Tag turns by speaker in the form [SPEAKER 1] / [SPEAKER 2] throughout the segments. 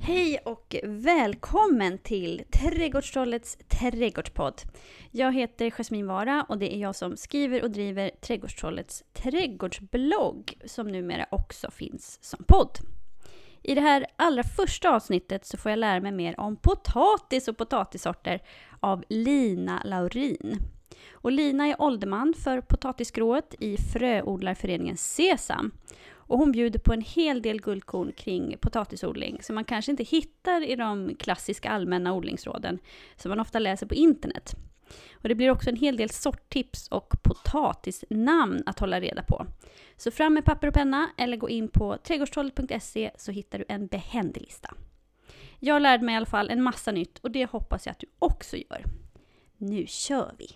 [SPEAKER 1] Hej och välkommen till Trädgårdstrollets trädgårdspodd. Jag heter Jasmin Vara och det är jag som skriver och driver Trädgårdstrollets trädgårdsblogg som numera också finns som podd. I det här allra första avsnittet så får jag lära mig mer om potatis och potatissorter av Lina Laurin. Och Lina är ålderman för potatisgrået i fröodlarföreningen Sesam. Och hon bjuder på en hel del guldkorn kring potatisodling som man kanske inte hittar i de klassiska allmänna odlingsråden som man ofta läser på internet. Och det blir också en hel del sorttips och potatisnamn att hålla reda på. Så fram med papper och penna eller gå in på trädgårdstrollet.se så hittar du en behändig lista. Jag lärde mig i alla fall en massa nytt och det hoppas jag att du också gör. Nu kör vi!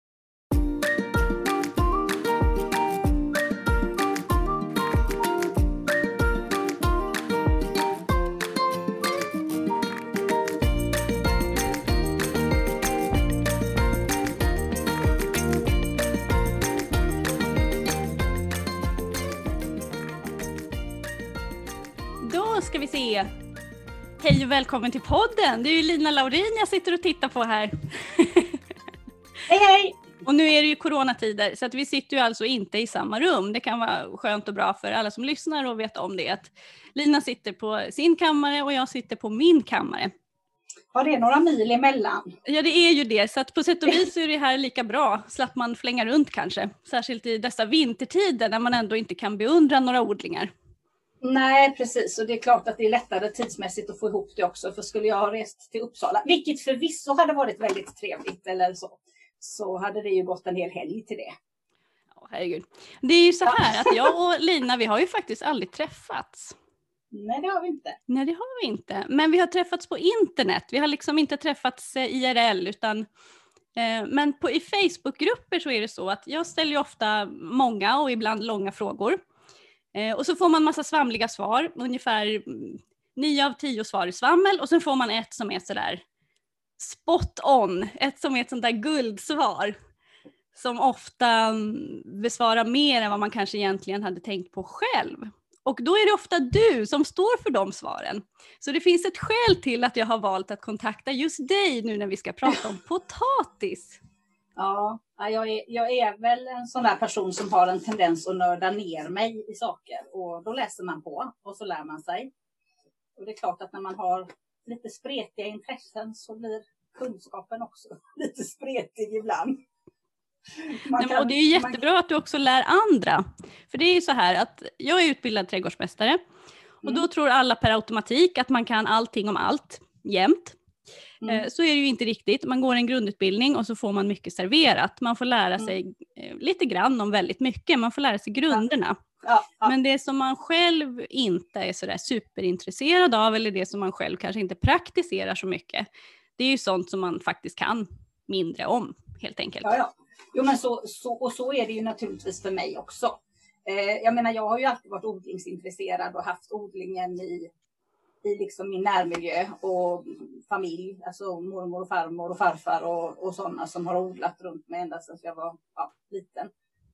[SPEAKER 1] Då ska vi se. Hej och välkommen till podden. Det är ju Lina Laurin jag sitter och tittar på här.
[SPEAKER 2] Hej hej!
[SPEAKER 1] Och nu är det ju coronatider så att vi sitter ju alltså inte i samma rum. Det kan vara skönt och bra för alla som lyssnar och vet om det. Att Lina sitter på sin kammare och jag sitter på min kammare.
[SPEAKER 2] Ja, det är några mil emellan.
[SPEAKER 1] Ja, det är ju det. Så att på sätt och vis är det här lika bra. Slapp man flänga runt kanske. Särskilt i dessa vintertider när man ändå inte kan beundra några odlingar.
[SPEAKER 2] Nej, precis. Och det är klart att det är lättare tidsmässigt att få ihop det också. För skulle jag ha rest till Uppsala, vilket förvisso hade varit väldigt trevligt eller så hade det ju gått en hel helg till det.
[SPEAKER 1] Ja, herregud. Det är ju så här att jag och Lina, vi har ju faktiskt aldrig träffats.
[SPEAKER 2] Nej, det har vi inte.
[SPEAKER 1] Nej, det har vi inte. Men vi har träffats på internet. Vi har liksom inte träffats IRL utan... Men i Facebookgrupper så är det så att jag ställer ju ofta många och ibland långa frågor. Och så får man massa svamliga svar. Ungefär 9 av 10 svar i svammel. Och sen får man ett som är sådär spot on. Ett som är ett sånt där guldsvar. Som ofta besvarar mer än vad man kanske egentligen hade tänkt på själv. Och då är det ofta du som står för de svaren. Så det finns ett skäl till att jag har valt att kontakta just dig nu när vi ska prata om potatis.
[SPEAKER 2] Ja, jag är väl en sån där person som har en tendens att nörda ner mig i saker. Och då läser man på och så lär man sig. Och det är klart att när man har lite spretiga intressen så blir kunskapen också lite spretig ibland.
[SPEAKER 1] Och det är jättebra att du också lär andra. För det är ju så här att jag är utbildad trädgårdsmästare. Och då tror alla per automatik att man kan allting om allt jämt. Så är det ju inte riktigt. Man går en grundutbildning och så får man mycket serverat. Man får lära sig lite grann om väldigt mycket. Man får lära sig grunderna.
[SPEAKER 2] Ja.
[SPEAKER 1] Men det som man själv inte är sådär superintresserad av eller det som man själv kanske inte praktiserar så mycket. Det är ju sånt som man faktiskt kan mindre om helt enkelt.
[SPEAKER 2] Ja. Jo, men så är det ju naturligtvis för mig också. Jag menar, jag har ju alltid varit odlingsintresserad och haft odlingen i liksom min närmiljö och familj, alltså mormor och farmor och farfar och sådana som har odlat runt mig ända sedan jag var liten.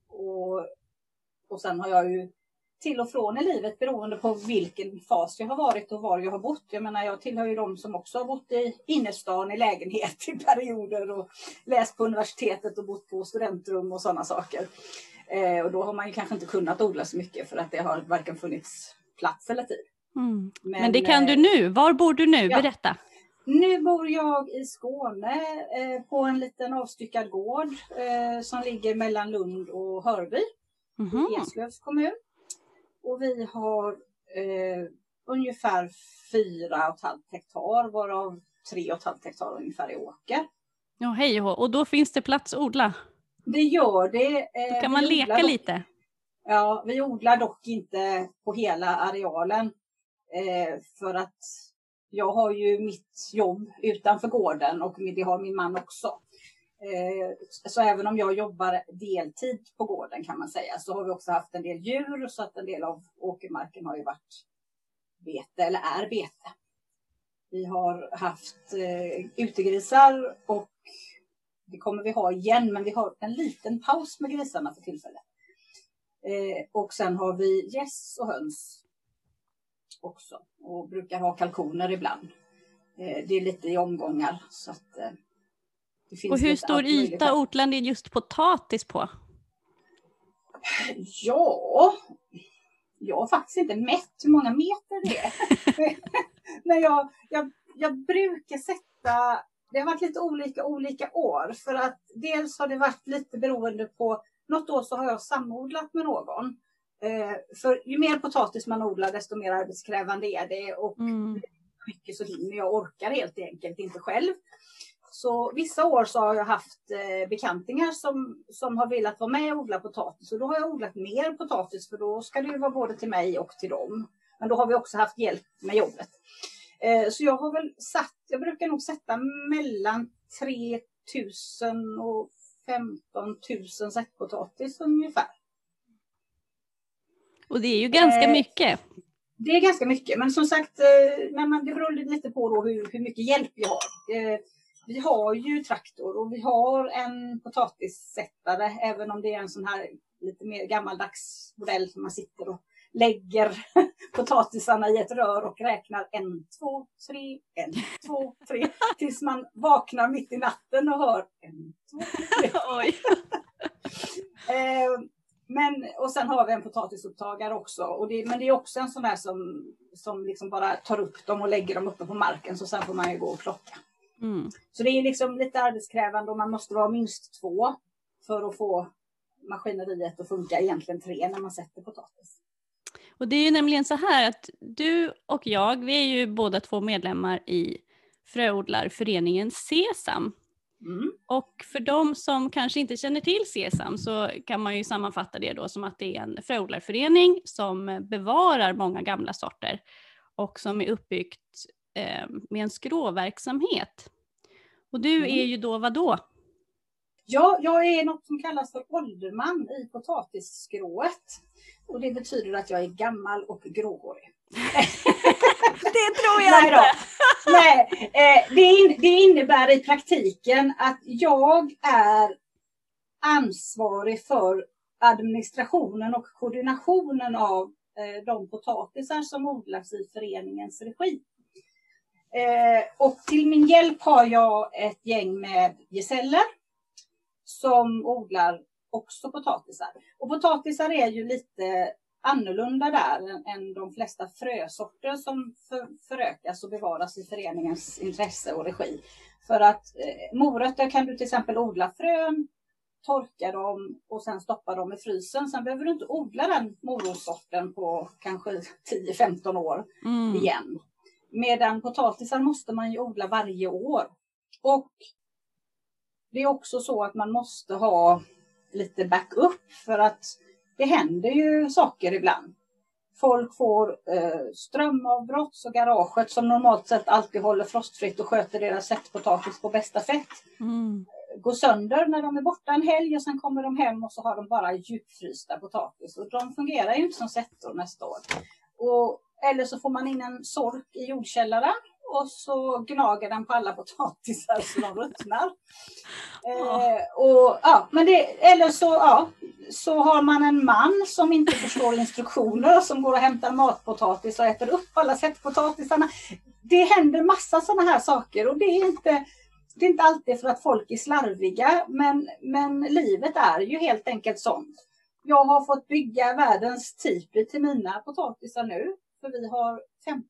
[SPEAKER 2] Och sen har jag ju till och från i livet beroende på vilken fas jag har varit och var jag har bott. Jag menar, jag tillhör ju de som också har bott i innerstan i lägenhet i perioder och läst på universitetet och bott på studentrum och sådana saker. Och då har man ju kanske inte kunnat odla så mycket för att det har varken funnits plats eller tid.
[SPEAKER 1] Men det kan du nu. Var bor du nu? Berätta.
[SPEAKER 2] Nu bor jag i Skåne på en liten avstyckad gård som ligger mellan Lund och Hörby i Eslövs kommun. Och vi har ungefär 4,5 hektar varav 3,5 hektar ungefär i åker.
[SPEAKER 1] Ja, hej och då finns det plats att odla.
[SPEAKER 2] Det gör det.
[SPEAKER 1] Då kan man leka lite. Ja,
[SPEAKER 2] vi odlar dock inte på hela arealen. För att jag har ju mitt jobb utanför gården och det har min man också. Så även om jag jobbar deltid på gården kan man säga så har vi också haft en del djur så att en del av åkermarken har ju varit bete eller är bete. Vi har haft utegrisar och det kommer vi ha igen men vi har en liten paus med grisarna för tillfället. Och sen har vi gäss och höns. också. Och brukar ha kalkoner ibland. Det är lite i omgångar. Så att, det finns
[SPEAKER 1] och hur stor yta odlar ni just potatis på?
[SPEAKER 2] Ja, jag har faktiskt inte mätt hur många meter det är. Men jag brukar sätta, det har varit lite olika år. För att dels har det varit lite beroende på, något år så har jag samodlat med någon. För ju mer potatis man odlar desto mer arbetskrävande är det. Och mycket så hinner jag orkar helt enkelt inte själv. Så vissa år så har jag haft bekantingar som har velat vara med och odla potatis. Och då har jag odlat mer potatis, för då ska det ju vara både till mig och till dem. Men då har vi också haft hjälp med jobbet. Så jag har väl jag brukar nog sätta mellan 3 000 och 15 000 säckpotatis ungefär.
[SPEAKER 1] Och det är ju ganska mycket.
[SPEAKER 2] Det är ganska mycket, men som sagt, det beror lite på då hur mycket hjälp jag har. Vi har ju traktor och vi har en potatissättare, även om det är en sån här lite mer gammaldags modell som man sitter och lägger potatisarna i ett rör och räknar 1, 2, 3, 1, 2, 3 tills man vaknar mitt i natten och hör 1, 2, 3.
[SPEAKER 1] Oj.
[SPEAKER 2] Och sen har vi en potatisupptagare också. Men det är också en sån där som liksom bara tar upp dem och lägger dem uppe på marken. Så sen får man ju gå och plocka. Så det är liksom lite arbetskrävande och man måste vara minst 2 för att få maskineriet att funka. Egentligen 3 när man sätter potatis.
[SPEAKER 1] Och det är ju nämligen så här att du och jag, vi är ju båda 2 medlemmar i fröodlarföreningen Sesam. Och för de som kanske inte känner till Sesam så kan man ju sammanfatta det då som att det är en fröodlarförening som bevarar många gamla sorter och som är uppbyggt med en skråverksamhet. Och du är ju då vad då?
[SPEAKER 2] Ja, jag är något som kallas för ålderman i potatisskrået. Och det betyder att jag är gammal och gråhårig.
[SPEAKER 1] Det tror jag inte.
[SPEAKER 2] Nej, det innebär i praktiken att jag är ansvarig för administrationen och koordinationen av de potatisar som odlas i föreningens regi. Och till min hjälp har jag ett gäng med gesäller som odlar också potatisar. Och potatisar är ju lite annorlunda där än de flesta frösorter som förökas och bevaras i föreningens intresse och regi. För att morötter kan du till exempel odla frön, torka dem och sen stoppa dem i frysen. Sen behöver du inte odla den morotsorten på kanske 10-15 år igen. Medan potatisar måste man ju odla varje år. Och det är också så att man måste ha lite backup för att det händer ju saker ibland. Folk får strömavbrott, så garaget som normalt sett alltid håller frostfritt och sköter deras sättpotatis på bästa sätt går sönder när de är borta en helg och sen kommer de hem och så har de bara djupfrysta potatis. Och de fungerar ju inte som sättor nästa år. Eller så får man in en sork i jordkällaren och så gnager den på alla potatisar så de ruttnar. Så har man en man som inte förstår instruktioner som går och hämtar matpotatis och äter upp alla sättpotatisarna. Det händer massa sådana här saker och det är inte alltid för att folk är slarviga, men livet är ju helt enkelt sånt. Jag har fått bygga världens tipi till mina potatisar nu, för vi har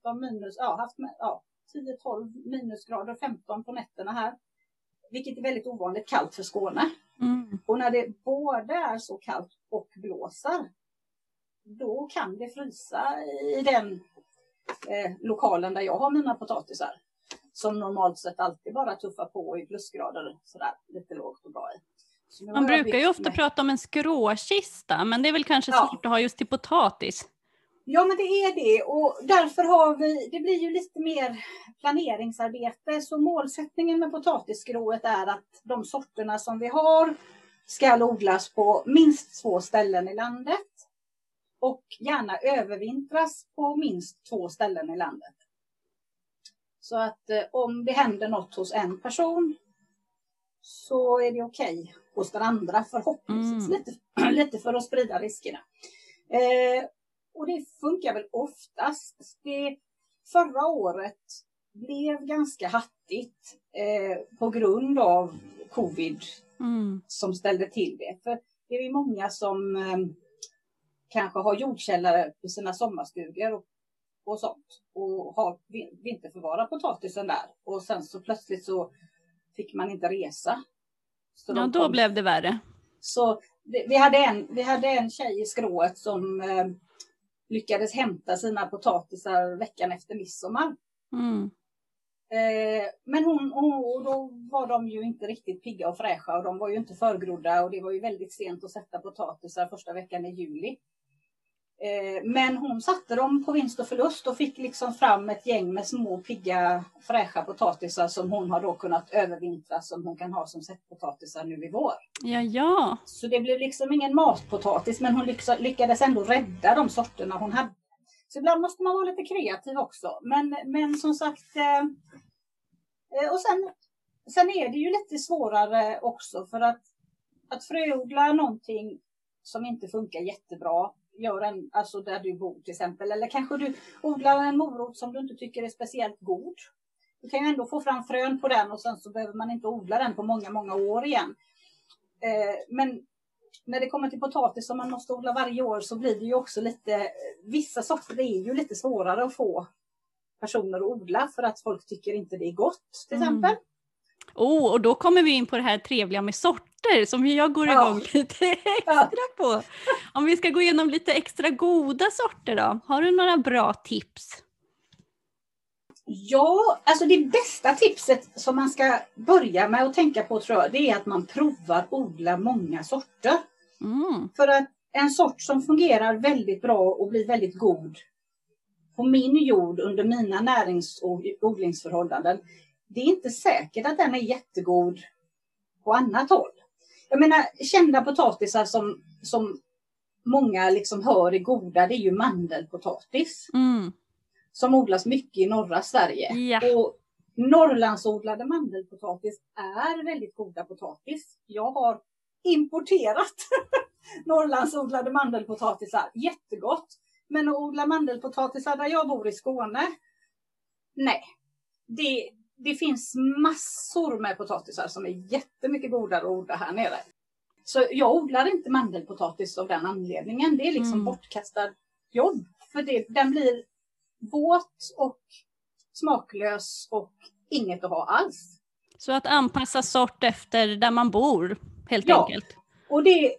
[SPEAKER 2] 10-12 minusgrader, 15 på nätterna här. Vilket är väldigt ovanligt kallt för Skåne. Och när det både är så kallt och blåser, då kan det frysa i den lokalen där jag har mina potatisar. Som normalt sett alltid bara tuffar på i plusgrader, sådär lite lågt och bra i.
[SPEAKER 1] Man brukar ju ofta prata om en skråkista, men det är väl kanske svårt att ha just till potatis.
[SPEAKER 2] Ja, men det är det och därför har det blir ju lite mer planeringsarbete. Så målsättningen med potatisskrået är att de sorterna som vi har ska odlas på minst 2 ställen i landet. Och gärna övervintras på minst 2 ställen i landet. Så att om det händer något hos en person så är det okej hos den andra förhoppningsvis. Lite för att sprida riskerna. Och det funkar väl oftast. Förra året blev ganska hattigt på grund av covid som ställde till det. För det är ju många som kanske har jordkällare i sina sommarstugor och sånt. Och har vinterförvarat potatisen där. Och sen så plötsligt så fick man inte resa. Så
[SPEAKER 1] ja, då blev det värre.
[SPEAKER 2] Så vi hade en tjej i skrået som lyckades hämta sina potatisar veckan efter midsommar. Men då var de ju inte riktigt pigga och fräscha och de var ju inte förgrodda och det var ju väldigt sent att sätta potatisar första veckan i juli. Men hon satte dem på vinst och förlust och fick liksom fram ett gäng med små pigga fräscha potatisar som hon har då kunnat övervintra, som hon kan ha som sättpotatisar nu i vår.
[SPEAKER 1] Ja.
[SPEAKER 2] Så det blev liksom ingen matpotatis, men hon lyckades ändå rädda de sorterna hon hade. Så ibland måste man vara lite kreativ också. Men som sagt, och sen är det ju lite svårare också för att fröodla någonting som inte funkar jättebra. Alltså där du bor till exempel. Eller kanske du odlar en morot som du inte tycker är speciellt god. Du kan ju ändå få fram frön på den och sen så behöver man inte odla den på många, många år igen. Men när det kommer till potatis som man måste odla varje år så blir det ju också vissa sorter är ju lite svårare att få personer att odla för att folk tycker inte det är gott till exempel.
[SPEAKER 1] Och då kommer vi in på det här trevliga med sorter som jag går igång lite extra på. Om vi ska gå igenom lite extra goda sorter då. Har du några bra tips?
[SPEAKER 2] Ja, alltså det bästa tipset som man ska börja med att tänka på tror jag, det är att man provar odla många sorter. För att en sort som fungerar väldigt bra och blir väldigt god på min jord under mina närings- och odlingsförhållanden, det är inte säkert att den är jättegod på annat håll. Jag menar, kända potatisar som många liksom hör är goda, det är ju mandelpotatis. Som odlas mycket i norra Sverige.
[SPEAKER 1] Ja.
[SPEAKER 2] Och Norrlandsodlade mandelpotatis är väldigt goda potatis. Jag har importerat Norrlandsodlade mandelpotatisar. Jättegott. Men att odla mandelpotatisar där jag bor i Skåne, nej. Det finns massor med potatisar som är jättemycket godare att odla här nere. Så jag odlar inte mandelpotatis av den anledningen. Det är liksom bortkastad jobb. För den blir våt och smaklös och inget att ha alls.
[SPEAKER 1] Så att anpassa sort efter där man bor helt enkelt.
[SPEAKER 2] Och det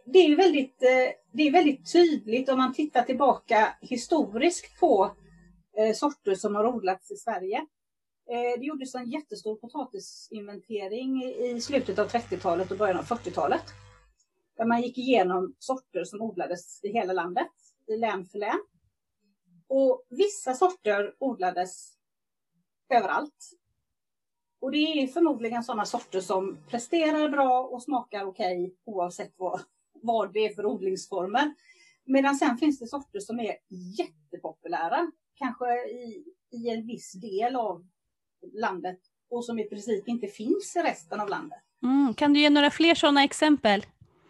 [SPEAKER 2] är väldigt tydligt om man tittar tillbaka historiskt på sorter som har odlats i Sverige. Det gjordes en jättestor potatisinventering i slutet av 30-talet och början av 40-talet. Där man gick igenom sorter som odlades i hela landet, i län för län. Och vissa sorter odlades överallt. Och det är förmodligen sådana sorter som presterar bra och smakar okej oavsett vad det är för odlingsformer. Medan sen finns det sorter som är jättepopulära, kanske i en viss del av landet och som i princip inte finns i resten av landet.
[SPEAKER 1] Kan du ge några fler sådana exempel?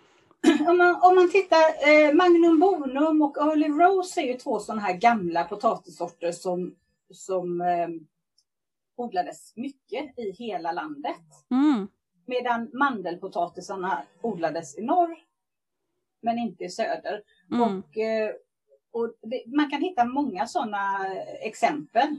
[SPEAKER 2] Om man tittar, Magnum Bonum och Early Rose är ju två sådana här gamla potatissorter som odlades mycket i hela landet. Medan mandelpotatisarna odlades i norr men inte i söder. Och man kan hitta många sådana exempel.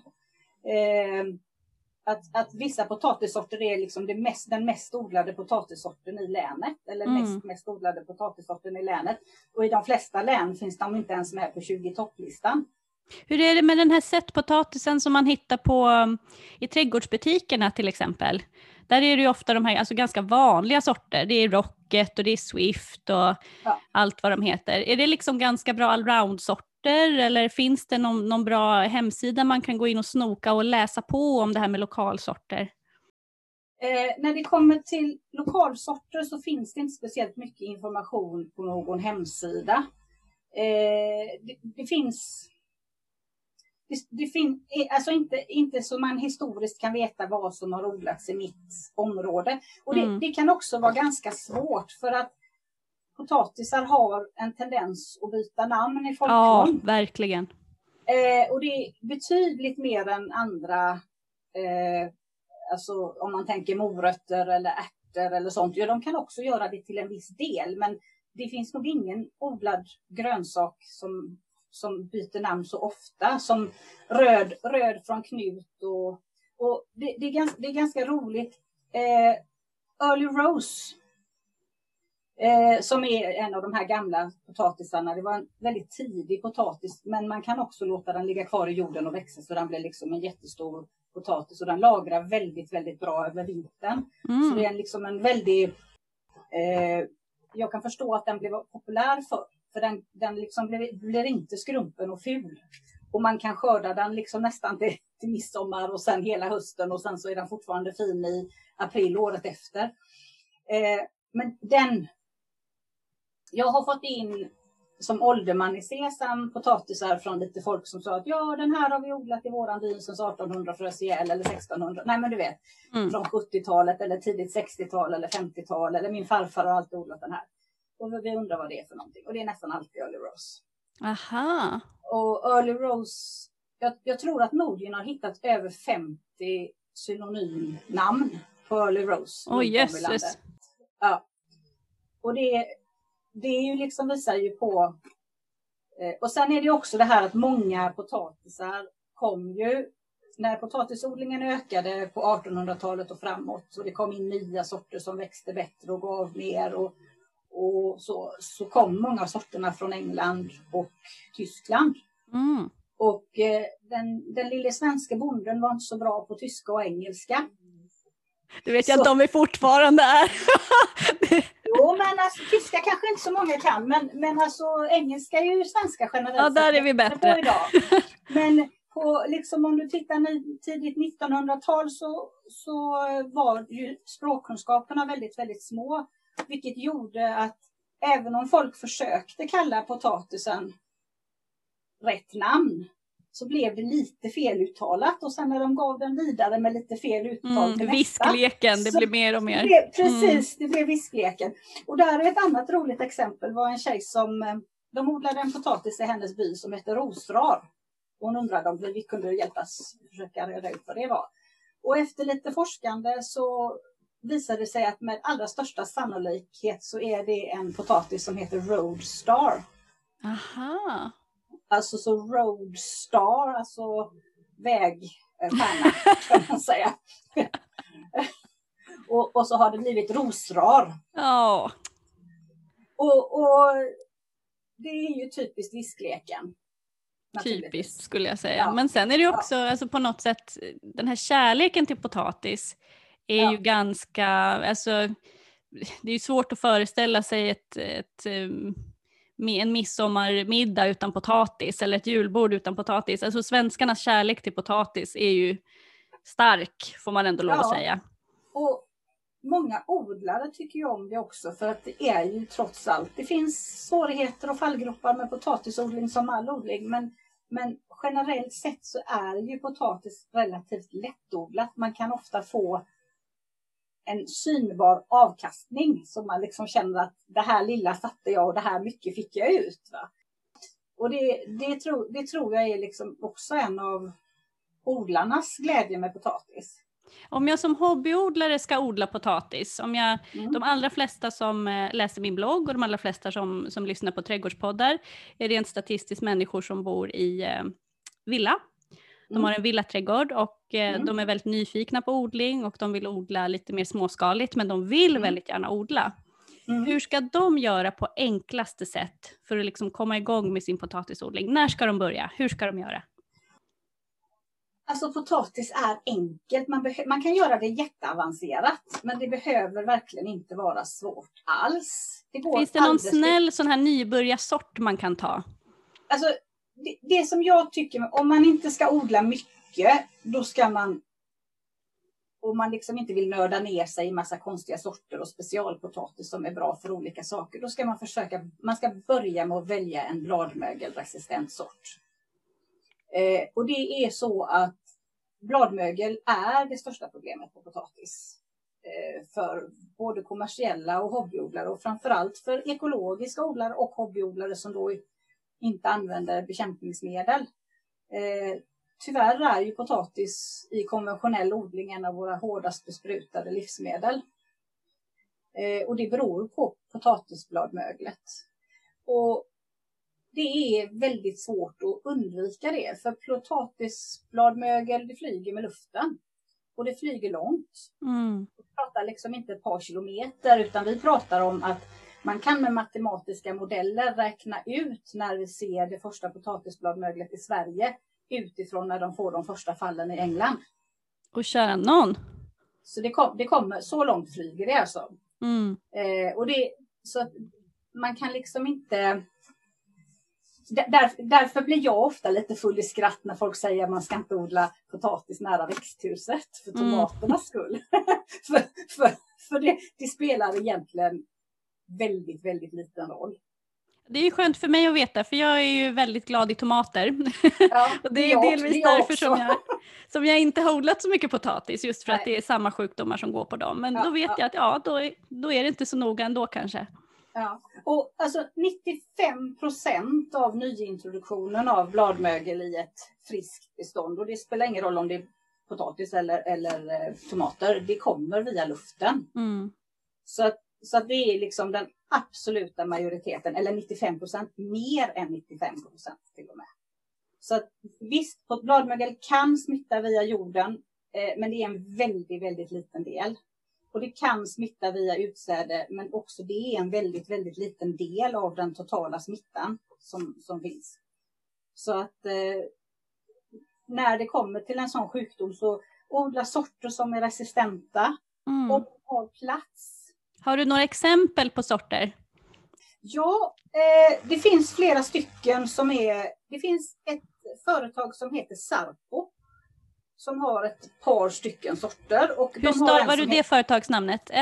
[SPEAKER 2] Att vissa potatissorter är liksom den mest odlade potatissorten i länet. Eller mest odlade potatissorten i länet. Och i de flesta län finns de inte ens med på 20-topplistan.
[SPEAKER 1] Hur är det med den här sättpotatisen som man hittar i trädgårdsbutikerna till exempel? Där är det ju ofta de här alltså ganska vanliga sorter. Det är Rocket och det är Swift och allt vad de heter. Är det liksom ganska bra allround-sorter? Eller finns det någon bra hemsida man kan gå in och snoka och läsa på om det här med lokalsorter?
[SPEAKER 2] När det kommer till lokalsorter så finns det inte speciellt mycket information på någon hemsida. Det finns alltså inte så man historiskt kan veta vad som har odlats i mitt område. Och det kan också vara ganska svårt för att potatisar har en tendens att byta namn i folkmun.
[SPEAKER 1] Ja, verkligen.
[SPEAKER 2] Och det är betydligt mer än andra, alltså om man tänker morötter eller ärtor eller sånt. Ja, de kan också göra det till en viss del, men det finns nog ingen odlad grönsak som byter namn så ofta som röd från Knut. Och det är ganska roligt. Early Rose, som är en av de här gamla potatisarna. Det var en väldigt tidig potatis, men man kan också låta den ligga kvar i jorden och växa så den blir liksom en jättestor potatis och den lagrar väldigt, väldigt bra över vintern. Så det är liksom en väldigt... jag kan förstå att den blev populär för den liksom blir inte skrumpen och ful. Och man kan skörda den liksom nästan till midsommar och sen hela hösten och sen så är den fortfarande fin i april året efter. Men jag har fått in som ålderman i Sesam potatisar från lite folk som sa att ja, den här har vi odlat i våran by sedan 1800 frös ihjäl eller 1600. Nej, men du vet, från 70-talet eller tidigt 60-tal eller 50-tal eller min farfar har alltid odlat den här. Och vi undrar vad det är för någonting. Och det är nästan alltid Early Rose.
[SPEAKER 1] Aha.
[SPEAKER 2] Och Early Rose, jag tror att Nordin har hittat över 50 synonymnamn på Early Rose.
[SPEAKER 1] Oj, jösses.
[SPEAKER 2] Ja. Och det är ju liksom visar ju på... och sen är det också det här att många potatisar kom ju... När potatisodlingen ökade på 1800-talet och framåt. Så det kom in nya sorter som växte bättre och gav mer. Och så kom många av sorterna från England och Tyskland. Och den lille svenska bonden var inte så bra på tyska och engelska.
[SPEAKER 1] Det vet jag inte om vi fortfarande är.
[SPEAKER 2] Jo, men alltså tyska kanske inte så många kan. Men alltså engelska är ju svenska generellt.
[SPEAKER 1] Ja, där är vi bättre.
[SPEAKER 2] Idag. Men på, liksom, om du tittar tidigt 1900-tal så var ju språkkunskaperna väldigt, väldigt små. Vilket gjorde att även om folk försökte kalla potatisen rätt namn så blev det lite feluttalat. Och sen när de gav den vidare med lite fel uttal till
[SPEAKER 1] viskleken, det blir mer och mer.
[SPEAKER 2] Det blev viskleken. Och där är ett annat roligt exempel var en tjej som de odlade en potatis i hennes by som heter rosrar. Hon undrade om vi kunde hjälpas försöka reda ut vad det var. Och efter lite forskande så visade det sig att med allra största sannolikhet så är det en potatis som heter Road Star.
[SPEAKER 1] Aha.
[SPEAKER 2] Alltså så Road Star, alltså vägstjärna kan man säga. och så har det blivit rosrar.
[SPEAKER 1] Ja.
[SPEAKER 2] Och det är ju typiskt viskleken.
[SPEAKER 1] Typiskt skulle jag säga. Ja. Men sen är det också alltså på något sätt den här kärleken till potatis är ju ganska, alltså det är ju svårt att föreställa sig en midsommarmiddag utan potatis eller ett julbord utan potatis. Alltså svenskarnas kärlek till potatis är ju stark, får man ändå lov att säga.
[SPEAKER 2] Och många odlare tycker ju om det också för att det är ju trots allt, det finns svårigheter och fallgropar med potatisodling som all odling, men generellt sett så är ju potatis relativt lättodlat. Man kan ofta få en synbar avkastning som man liksom känner att det här lilla satte jag och det här mycket fick jag ut. Va? Och det tror jag är liksom också en av odlarnas glädje med potatis.
[SPEAKER 1] Om jag som hobbyodlare ska odla potatis, de allra flesta som läser min blogg och de allra flesta som lyssnar på trädgårdspoddar är rent statistiskt människor som bor i villa. De har en villaträdgård och de är väldigt nyfikna på odling och de vill odla lite mer småskaligt, men de vill väldigt gärna odla. Hur ska de göra på enklaste sätt för att liksom komma igång med sin potatisodling? När ska de börja? Hur ska de göra?
[SPEAKER 2] Alltså potatis är enkelt. Man kan göra det jätteavancerat, men det behöver verkligen inte vara svårt alls.
[SPEAKER 1] Finns det någon snäll sån här nybörjarsort man kan ta?
[SPEAKER 2] Alltså det som jag tycker, om man inte ska odla mycket, då ska man, om man liksom inte vill nörda ner sig i massa konstiga sorter och specialpotatis som är bra för olika saker, då ska man ska börja med att välja en bladmögelresistent sort. Och det är så att bladmögel är det största problemet på potatis. för både kommersiella och hobbyodlare och framförallt för ekologiska odlare och hobbyodlare som då inte använder bekämpningsmedel. Tyvärr är ju potatis i konventionell odling en av våra hårdast besprutade livsmedel. Och det beror på potatisbladmöglet. Och det är väldigt svårt att undvika det, för potatisbladmögel det flyger med luften. Och det flyger långt. Vi pratar liksom inte ett par kilometer, utan vi pratar om att man kan med matematiska modeller räkna ut när vi ser det första potatisbladmöglet i Sverige utifrån när de får de första fallen i England.
[SPEAKER 1] Och köra någon.
[SPEAKER 2] Så det kommer, så långt flyger det alltså. Och det, så att man kan liksom inte... Därför blir jag ofta lite full i skratt när folk säger att man ska inte odla potatis nära växthuset för tomaternas skull. för det spelar egentligen väldigt, väldigt liten roll.
[SPEAKER 1] Det är ju skönt för mig att veta, för jag är ju väldigt glad i tomater.
[SPEAKER 2] Ja,
[SPEAKER 1] och det är delvis därför som jag inte har odlat så mycket potatis, just för att det är samma sjukdomar som går på dem. Men då vet jag att då är det inte så noga ändå kanske.
[SPEAKER 2] Ja, och alltså 95% av nyintroduktionen av bladmögel i ett friskt bestånd, och det spelar ingen roll om det är potatis eller tomater, det kommer via luften. Så att det är liksom den absoluta majoriteten, eller 95%, mer än 95% till och med. Så att visst, bladmögel kan smitta via jorden, men det är en väldigt, väldigt liten del. Och det kan smitta via utsäde, men också det är en väldigt, väldigt liten del av den totala smittan som finns. Så att när det kommer till en sån sjukdom så odla sorter som är resistenta och har plats.
[SPEAKER 1] Har du några exempel på sorter?
[SPEAKER 2] Ja, det finns flera stycken det finns ett företag som heter Sarpo. Som har ett par stycken sorter. Och
[SPEAKER 1] hur stavar du det företagsnamnet?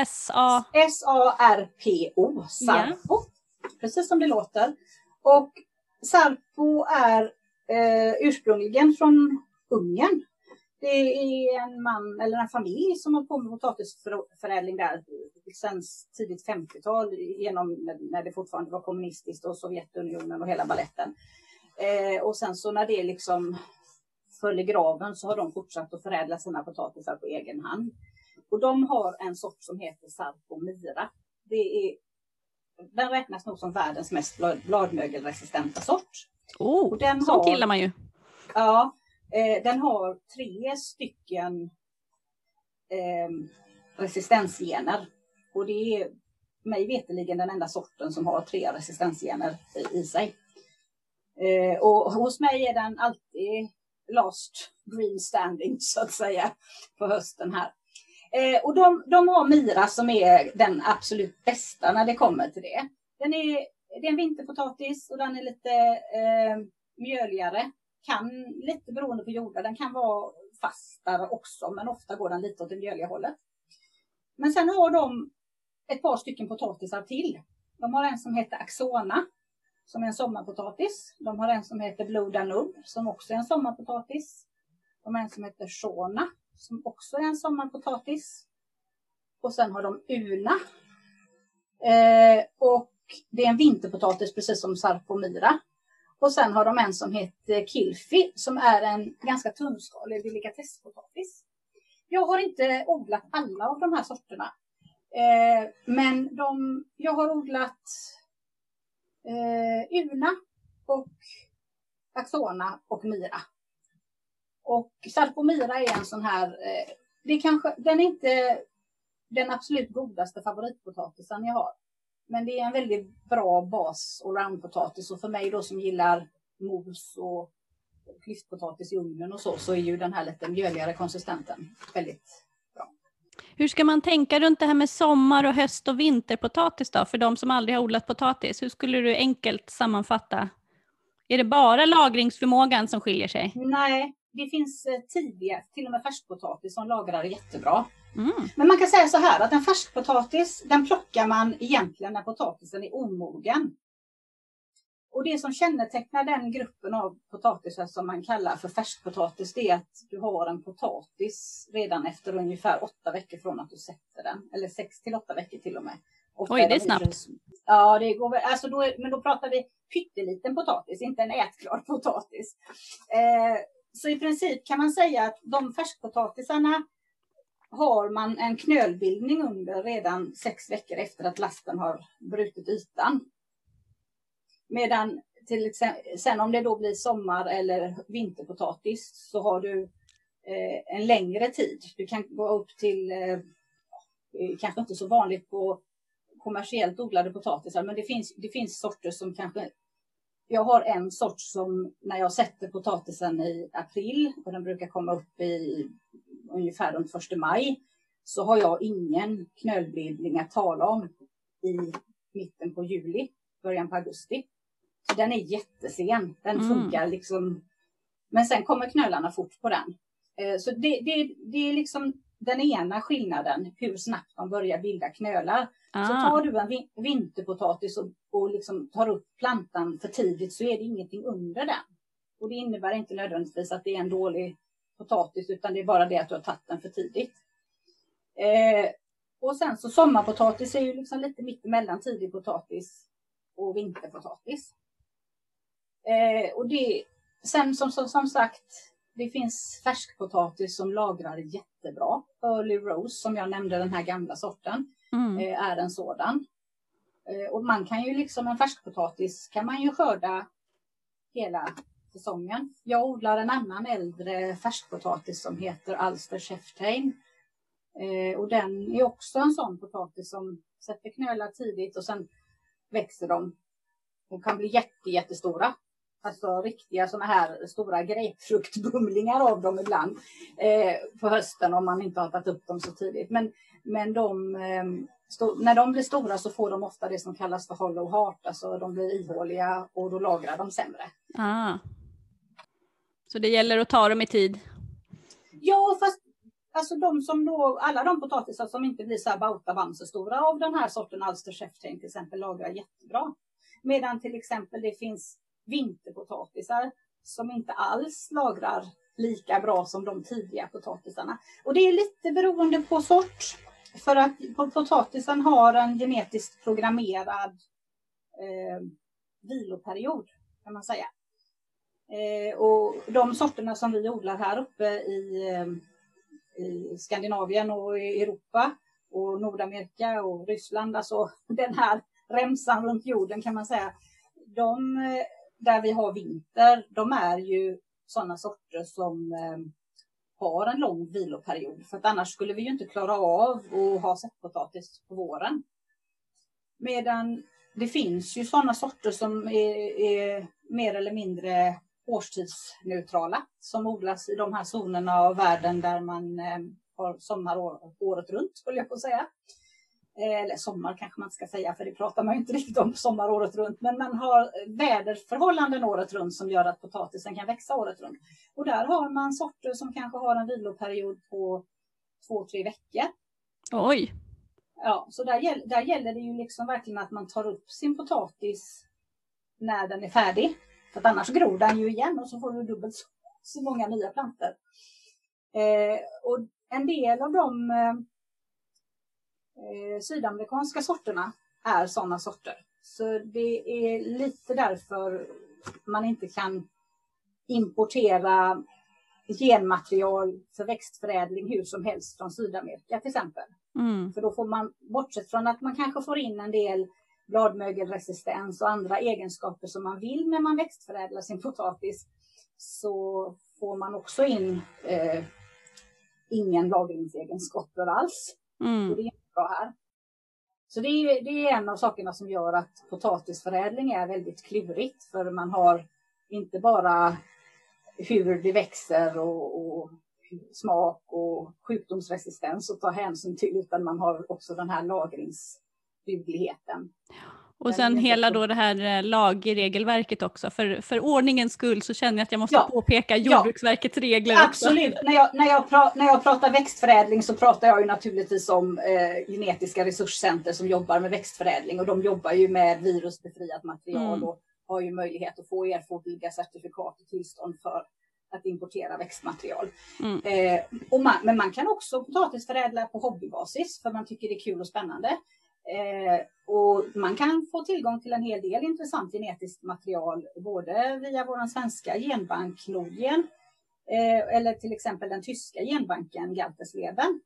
[SPEAKER 2] S-A-R-P-O. Sarpo. Ja. Precis som det låter. Och Sarpo är ursprungligen från Ungern. Det är en man eller en familj som har på med potatisförädling där sedan tidigt 50-tal. Genom när det fortfarande var kommunistiskt och Sovjetunionen och hela balletten. Och sen så när det liksom... föll i graven så har de fortsatt att förädla sina potatisar på egen hand. Och de har en sort som heter Sarpo Mira. Den räknas nog som världens mest bladmögelresistenta sort.
[SPEAKER 1] Och den så killar man ju.
[SPEAKER 2] Ja, den har 3 stycken resistensgener. Och det är mig veterligen den enda sorten som har 3 resistensgener i sig. Och hos mig är den alltid last green standing så att säga på hösten här. Och de har Mira som är den absolut bästa när det kommer till det. Det är en vinterpotatis och den är lite mjöligare. Lite beroende på jorden. Den kan vara fastare också, men ofta går den lite åt det mjöliga hållet. Men sen har de ett par stycken potatisar till. De har en som heter Axona, som är en sommarpotatis. De har en som heter Blue Danube, som också är en sommarpotatis. De har en som heter Shona, som också är en sommarpotatis. Och sen har de Una. Och det är en vinterpotatis, precis som Sarpo Mira. Och sen har de en som heter Kilfi, som är en ganska tunnskalig delikatesspotatis. Jag har inte odlat alla av de här sorterna. Men jag har odlat Una och Axona och Mira. Och Sarpo Mira är en sån här, den är inte den absolut godaste favoritpotatisen jag har. Men det är en väldigt bra bas och roundpotatis, och för mig då som gillar mos och klyftpotatis i ugnen och så är ju den här lite mjöligare konsistenten väldigt bra.
[SPEAKER 1] Hur ska man tänka runt det här med sommar- och höst- och vinterpotatis då? För de som aldrig har odlat potatis, hur skulle du enkelt sammanfatta? Är det bara lagringsförmågan som skiljer sig?
[SPEAKER 2] Nej, det finns tidiga, till och med färskpotatis som lagrar jättebra. Men man kan säga så här att en färskpotatis, den plockar man egentligen när potatisen är omogen. Och det som kännetecknar den gruppen av potatisar som man kallar för färskpotatis, det är att du har en potatis redan efter ungefär 8 veckor från att du sätter den. Eller 6 till 8 veckor till och med.
[SPEAKER 1] Oj, det är snabbt.
[SPEAKER 2] Ja, det går väl. Alltså men då pratar vi pytteliten potatis, inte en ätklar potatis. Så i princip kan man säga att de färskpotatisarna har man en knölbildning under redan 6 veckor efter att lasten har brutit ytan. Medan till exempel, sen om det då blir sommar- eller vinterpotatis så har du en längre tid. Du kan gå upp till, kanske inte så vanligt på kommersiellt odlade potatisar, men det finns sorter som kanske, jag har en sort som när jag sätter potatisen i april och den brukar komma upp i ungefär runt 1 maj, så har jag ingen knölbildning att tala om i mitten på juli, början på augusti. Så den är jättesen, den funkar liksom, men sen kommer knölarna fort på den. Så det är liksom den ena skillnaden, hur snabbt de börjar bilda knölar. Så tar du en vinterpotatis och liksom tar upp plantan för tidigt så är det ingenting under den. Och det innebär inte nödvändigtvis att det är en dålig potatis, utan det är bara det att du har tagit den för tidigt. Och sen så sommarpotatis är ju liksom lite mitt emellan tidig potatis och vinterpotatis. Och det, sen som sagt, det finns färskpotatis som lagrar jättebra. Early Rose, som jag nämnde, den här gamla sorten, är en sådan. Och man kan ju liksom, en färskpotatis kan man ju skörda hela säsongen. Jag odlar en annan äldre färskpotatis som heter Ulster Cheftain. Och den är också en sån potatis som sätter knölar tidigt och sen växer de. De kan bli jättestora. Alltså riktiga såna här stora grapefruktbumlingar av dem ibland på hösten om man inte har tagit upp dem så tidigt. Men de, när de blir stora så får de ofta det som kallas för hollow heart. Alltså de blir ihåliga och då lagrar de sämre.
[SPEAKER 1] Så det gäller att ta dem i tid?
[SPEAKER 2] Ja, fast alltså alla de potatisar som inte blir så här bautabamsestora av den här sorten Ulster Cheftain till exempel lagrar jättebra. Medan till exempel det finns vinterpotatisar som inte alls lagrar lika bra som de tidiga potatisarna. Och det är lite beroende på sort. För att potatisen har en genetiskt programmerad viloperiod kan man säga. Och de sorterna som vi odlar här uppe i Skandinavien och i Europa och Nordamerika och Ryssland, alltså den här remsan runt jorden kan man säga, där vi har vinter, de är ju sådana sorter som har en lång viloperiod. För att annars skulle vi ju inte klara av att ha sättpotatis på våren. Medan det finns ju sådana sorter som är mer eller mindre årstidsneutrala. Som odlas i de här zonerna av världen där man har sommar året runt, skulle jag på säga. Eller sommar kanske man ska säga, för det pratar man ju inte riktigt om sommar året runt. Men man har väderförhållanden året runt som gör att potatisen kan växa året runt. Och där har man sorter som kanske har en viloperiod på 2-3 veckor.
[SPEAKER 1] Oj!
[SPEAKER 2] Ja, så där gäller det ju liksom verkligen att man tar upp sin potatis när den är färdig. För att annars gror den ju igen och så får du dubbelt så många nya plantor. Och en del av de sydamerikanska sorterna är sådana sorter. Så det är lite därför man inte kan importera genmaterial för växtförädling hur som helst från Sydamerika till exempel. För då får man, bortsett från att man kanske får in en del bladmögelresistens och andra egenskaper som man vill när man växtförädlar sin potatis, så får man också in ingen lagringsegenskaper alls. Och det är bra här. Så det är en av sakerna som gör att potatisförädling är väldigt klurigt, för man har inte bara hur det växer och smak och sjukdomsresistens att ta hänsyn till, utan man har också den här lagringsdugligheten.
[SPEAKER 1] Och sen hela då det här lagregelverket också. För ordningens skull så känner jag att jag måste påpeka Jordbruksverkets regler också.
[SPEAKER 2] Absolut. När jag pratar växtförädling så pratar jag ju naturligtvis om genetiska resurscenter som jobbar med växtförädling. Och de jobbar ju med virusbefriat material och har ju möjlighet att få erforderliga certifikat och tillstånd för att importera växtmaterial. Men man kan också potatisförädla på hobbybasis för man tycker det är kul och spännande. Och man kan få tillgång till en hel del intressant genetiskt material både via vår svenska genbank Nordgen eller till exempel den tyska genbanken Galtesleben.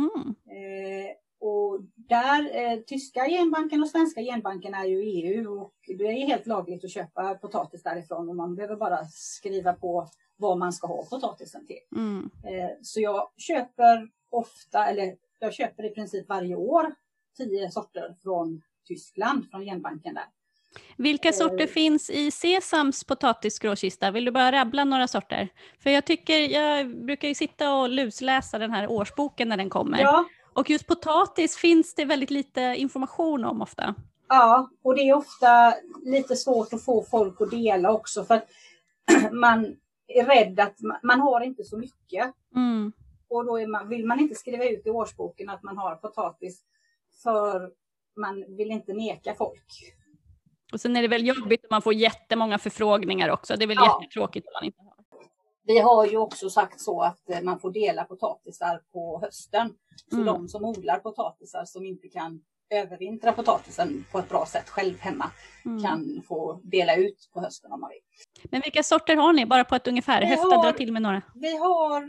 [SPEAKER 2] Och där tyska genbanken och svenska genbanken är ju EU och det är helt lagligt att köpa potatis därifrån och man behöver bara skriva på vad man ska ha potatisen till. Så jag köper jag köper i princip varje år 10 sorter från Tyskland, från genbanken där.
[SPEAKER 1] Vilka sorter finns i Sesams potatisgråkista? Vill du bara rabbla några sorter? För jag brukar ju sitta och lusläsa den här årsboken när den kommer.
[SPEAKER 2] Ja.
[SPEAKER 1] Och just potatis finns det väldigt lite information om ofta.
[SPEAKER 2] Ja, och det är ofta lite svårt att få folk att dela också för att man är rädd att man har inte så mycket. Och då vill man inte skriva ut i årsboken att man har potatis för man vill inte neka folk.
[SPEAKER 1] Och sen är det väl jobbigt att man får jättemånga förfrågningar också. Det är väl jättetråkigt om man inte har.
[SPEAKER 2] Vi har ju också sagt så att man får dela potatisar på hösten. Så de som odlar potatisar som inte kan övervintra potatisen på ett bra sätt själv hemma kan få dela ut på hösten om man vill.
[SPEAKER 1] Men vilka sorter har ni? Bara på ett ungefär. Dra till med några.
[SPEAKER 2] Vi har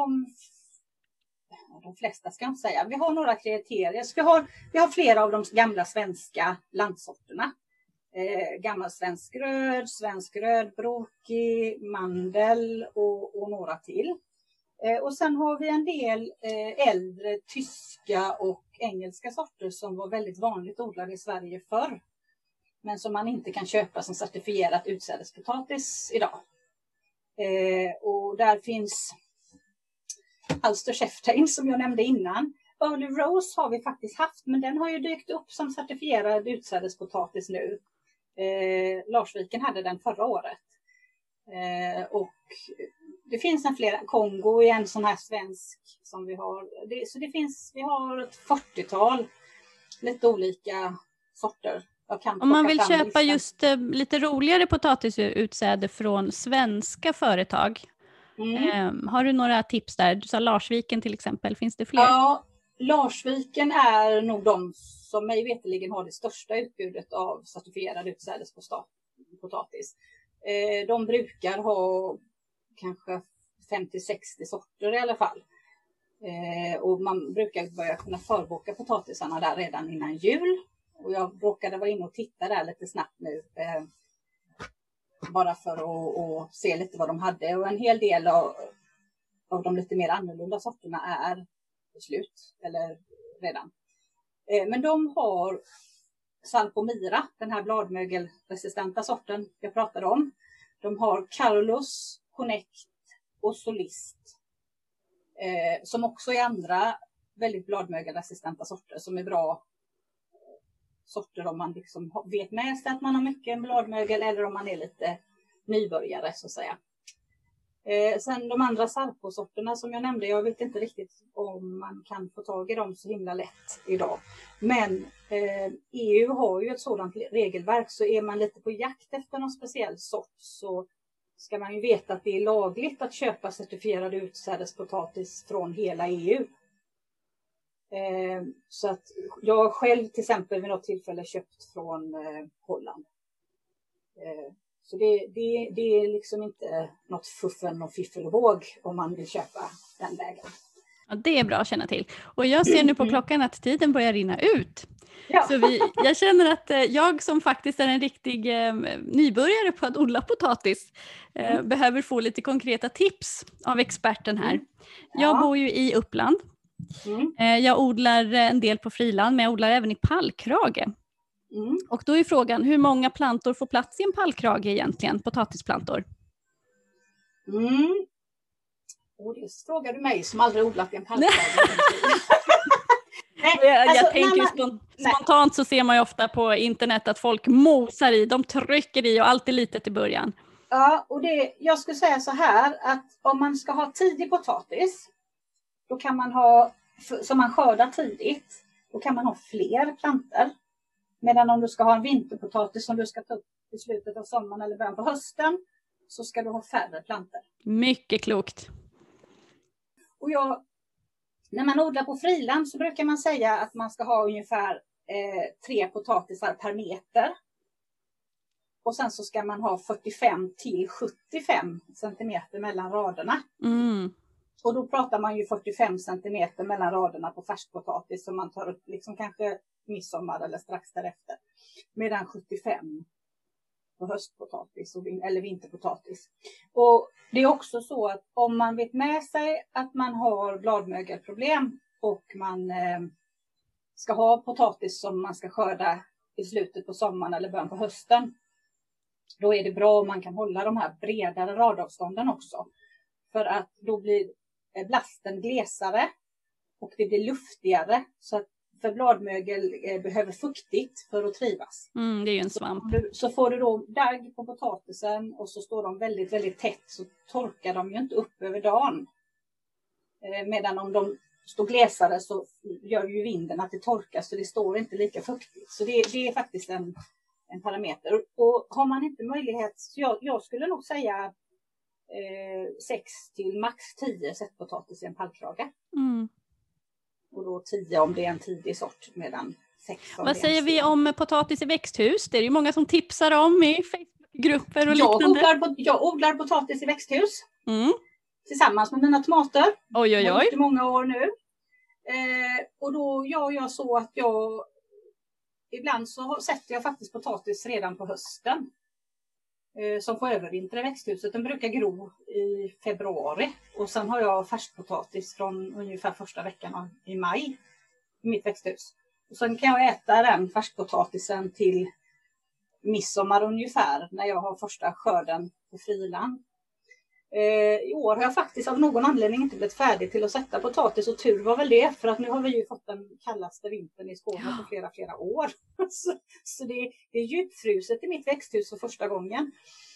[SPEAKER 2] de flesta ska jag inte säga. Vi har några kriterier. Vi har flera av de gamla svenska landsorterna. Gammal svensk rödbrokig, mandel och några till. Och sen har vi en del äldre tyska och engelska sorter som var väldigt vanligt odlade i Sverige förr. Men som man inte kan köpa som certifierat utsädespotatis idag. Och där finns Alster Cheftain som jag nämnde innan. Early Rose har vi faktiskt haft men den har ju dykt upp som certifierad utsädespotatis nu. Larsviken hade den förra året. Och det finns en flera. Kongo är en sån här svensk som vi har. Vi har ett 40-tal lite olika sorter.
[SPEAKER 1] Om man vill köpa just lite roligare potatisutsäde från svenska företag. Har du några tips där? Du sa Larsviken till exempel. Finns det fler?
[SPEAKER 2] Ja, Larsviken är nog de som mig veterligen har det största utbudet av certifierad utsädespotatis. De brukar ha kanske 50-60 sorter i alla fall. Och man brukar börja kunna förboka potatisarna där redan innan jul. Och jag råkade vara inne och titta där lite snabbt nu. Bara för att se lite vad de hade. Och en hel del av de lite mer annorlunda sorterna är slut. Eller redan. Men de har Salpomira, den här bladmögelresistenta sorten jag pratade om. De har Carolus, Connect och Solist. Som också är andra väldigt bladmögelresistenta sorter som är bra sorter om man liksom vet med sig att man har mycket bladmögel eller om man är lite nybörjare så att säga. Sen de andra Salpo-sorterna som jag nämnde, jag vet inte riktigt om man kan få tag i dem så himla lätt idag. Men EU har ju ett sådant regelverk så är man lite på jakt efter någon speciell sort så ska man ju veta att det är lagligt att köpa certifierad utsädespotatis från hela EU. Så att jag själv till exempel vid något tillfälle köpt från Holland. Så det är liksom inte något fuffen och fiffelvåg om man vill köpa den vägen.
[SPEAKER 1] Ja, det är bra att känna till. Och jag ser nu på klockan att tiden börjar rinna ut.
[SPEAKER 2] Ja.
[SPEAKER 1] Så jag känner att jag som faktiskt är en riktig nybörjare på att odla potatis behöver få lite konkreta tips av experten här.
[SPEAKER 2] Ja.
[SPEAKER 1] Jag bor ju i Uppland. Jag odlar en del på friland men jag odlar även i pallkrage. Och då är frågan, hur många plantor får plats i en pallkrage egentligen, potatisplantor?
[SPEAKER 2] Och det frågar du mig som aldrig odlat i en pallkrage.
[SPEAKER 1] Jag tänker spontant så ser man ju ofta på internet att folk mosar i, de trycker i och allt är litet i början.
[SPEAKER 2] Ja, och jag skulle säga så här att om man ska ha tidig potatis, då kan man ha, som man skördar tidigt, då kan man ha fler plantor. Medan om du ska ha en vinterpotatis som du ska ta upp i slutet av sommaren eller början på hösten så ska du ha färre plantor.
[SPEAKER 1] Mycket klokt.
[SPEAKER 2] Och när man odlar på friland så brukar man säga att man ska ha ungefär 3 potatisar per meter. Och sen så ska man ha 45 till 75 centimeter mellan raderna.
[SPEAKER 1] Mm.
[SPEAKER 2] Och då pratar man ju 45 centimeter mellan raderna på färskpotatis som man tar upp liksom kanske midsommar eller strax därefter. Medan 75 på höstpotatis eller vinterpotatis. Och det är också så att om man vet med sig att man har bladmögelproblem och man ska ha potatis som man ska skörda i slutet på sommaren eller början på hösten. Då är det bra om man kan hålla de här bredare radavstånden också. För att då blir blasten glesare och det blir luftigare. Så att för bladmögel behöver fuktigt för att trivas.
[SPEAKER 1] Det är ju en svamp.
[SPEAKER 2] Så får du då dagg på potatisen och så står de väldigt, väldigt tätt så torkar de ju inte upp över dagen. Medan om de står glesare så gör ju vinden att det torkar så det står inte lika fuktigt. Så det är faktiskt en parameter. Och har man inte möjlighet, så jag skulle nog säga 6 till max 10 sättpotatis i en pallkrage.
[SPEAKER 1] Mm.
[SPEAKER 2] Och då 10 om det är en tidig sort, medan 6 om
[SPEAKER 1] Vad
[SPEAKER 2] det är
[SPEAKER 1] säger
[SPEAKER 2] en
[SPEAKER 1] vi
[SPEAKER 2] sen.
[SPEAKER 1] om potatis i växthus? Det är ju många som tipsar om i Facebookgrupper och liknande.
[SPEAKER 2] Jag odlar potatis i växthus.
[SPEAKER 1] Mm.
[SPEAKER 2] Tillsammans med mina tomater.
[SPEAKER 1] Oj.
[SPEAKER 2] Jag har gjort det många år nu. Och då gör jag så att ibland så sätter jag faktiskt potatis redan på hösten. Som får övervintra i växthuset. Den brukar gro i februari. Och sen har jag färskpotatis från ungefär första veckan i maj i mitt växthus. Och sen kan jag äta den färskpotatisen till midsommar ungefär när jag har första skörden på friland. I år har jag faktiskt av någon anledning inte blivit färdig till att sätta potatis och tur var väl det. För att nu har vi ju fått den kallaste vintern i Skåne på flera år. Så det är djupfruset i mitt växthus för första gången.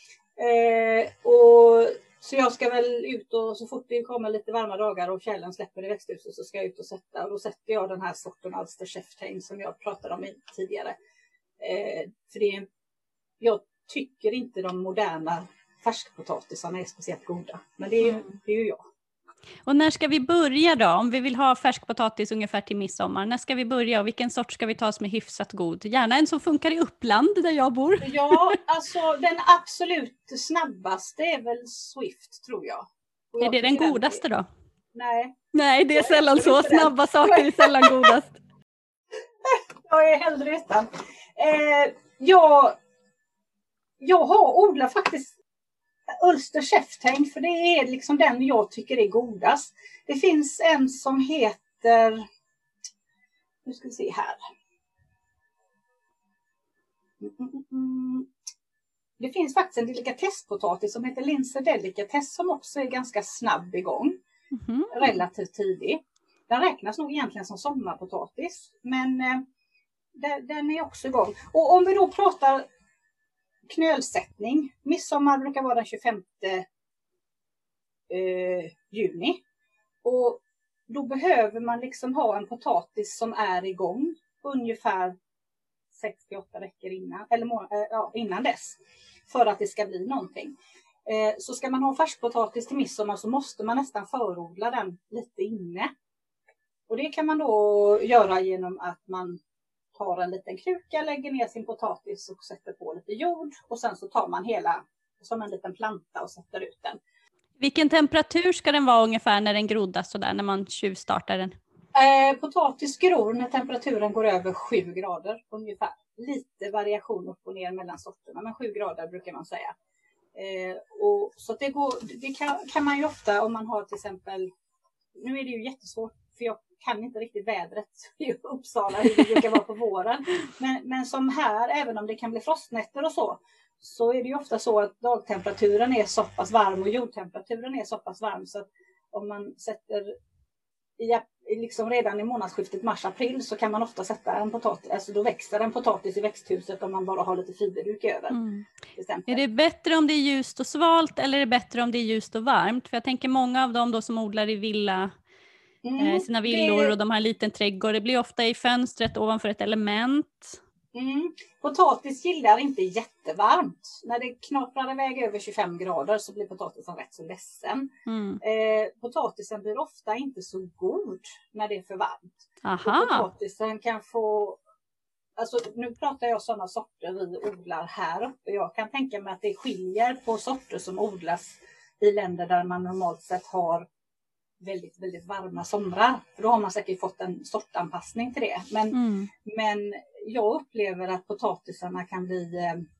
[SPEAKER 2] Så jag ska väl ut och så fort det kommer lite varma dagar och fjällen släpper i växthuset så ska jag ut och sätta. Och då sätter jag den här sorten Alster Cheftain som jag pratade om tidigare. För jag tycker inte de moderna färskpotatisarna är speciellt goda. Men det är ju jag.
[SPEAKER 1] Och när ska vi börja då? Om vi vill ha färskpotatis ungefär till midsommar. När ska vi börja och vilken sort ska vi ta som är hyfsat god? Gärna en som funkar i Uppland där jag bor.
[SPEAKER 2] Ja, alltså den absolut snabbaste är väl Swift tror jag.
[SPEAKER 1] Är det den godaste då?
[SPEAKER 2] Nej.
[SPEAKER 1] Nej, det är sällan så. Snabba saker är sällan godast.
[SPEAKER 2] Jag är hellre utan. Jag har odlat faktiskt Alster Cheftain för det är liksom den jag tycker är godast. Det finns en som heter, nu ska vi se här. Det finns faktiskt en delikatesspotatis som heter Linzer Delicatess som också är ganska snabb igång. Relativt tidig. Den räknas nog egentligen som sommarpotatis. Men den är också igång. Och om vi då pratar knölsättning. Midsommar brukar vara den 25 juni. Och då behöver man liksom ha en potatis som är igång ungefär 6-8 veckor innan, eller innan dess. För att det ska bli någonting. Så ska man ha färskpotatis till midsommar så måste man nästan förodla den lite inne. Och det kan man då göra genom att man tar en liten kruka, lägger ner sin potatis och sätter på lite jord. Och sen så tar man hela som en liten planta och sätter ut den.
[SPEAKER 1] Vilken temperatur ska den vara ungefär när den groddas sådär, när man tjuvstartar den?
[SPEAKER 2] Potatis gror när temperaturen går över 7 grader ungefär. Lite variation upp och ner mellan sorterna, men 7 grader brukar man säga. Och så att det kan man ju ofta om man har till exempel, nu är det ju jättesvårt för jag kan inte riktigt vädret i Uppsala hur det brukar vara på våren. Men som här, även om det kan bli frostnätter och så är det ju ofta så att dagtemperaturen är så pass varm och jordtemperaturen är så pass varm så att om man sätter liksom redan i månadsskiftet mars-april så kan man ofta sätta en potatis, alltså då växer en potatis i växthuset om man bara har lite fiberduk över.
[SPEAKER 1] Är det bättre om det är ljust och svalt eller är det bättre om det är ljust och varmt? För jag tänker många av dem då som odlar i sina villor och de har en liten trädgård, det blir ofta i fönstret ovanför ett element.
[SPEAKER 2] Potatis gillar inte jättevarmt. När det knaprar iväg över 25 grader så blir potatisen rätt så ledsen. Potatisen blir ofta inte så god när det är för varmt.
[SPEAKER 1] Aha.
[SPEAKER 2] Potatisen kan få... Alltså, nu pratar jag sådana sorter vi odlar här uppe. Jag kan tänka mig att det skiljer på sorter som odlas i länder där man normalt sett har väldigt, väldigt varma somrar. För då har man säkert fått en sortanpassning till det. Men jag upplever att potatisarna kan bli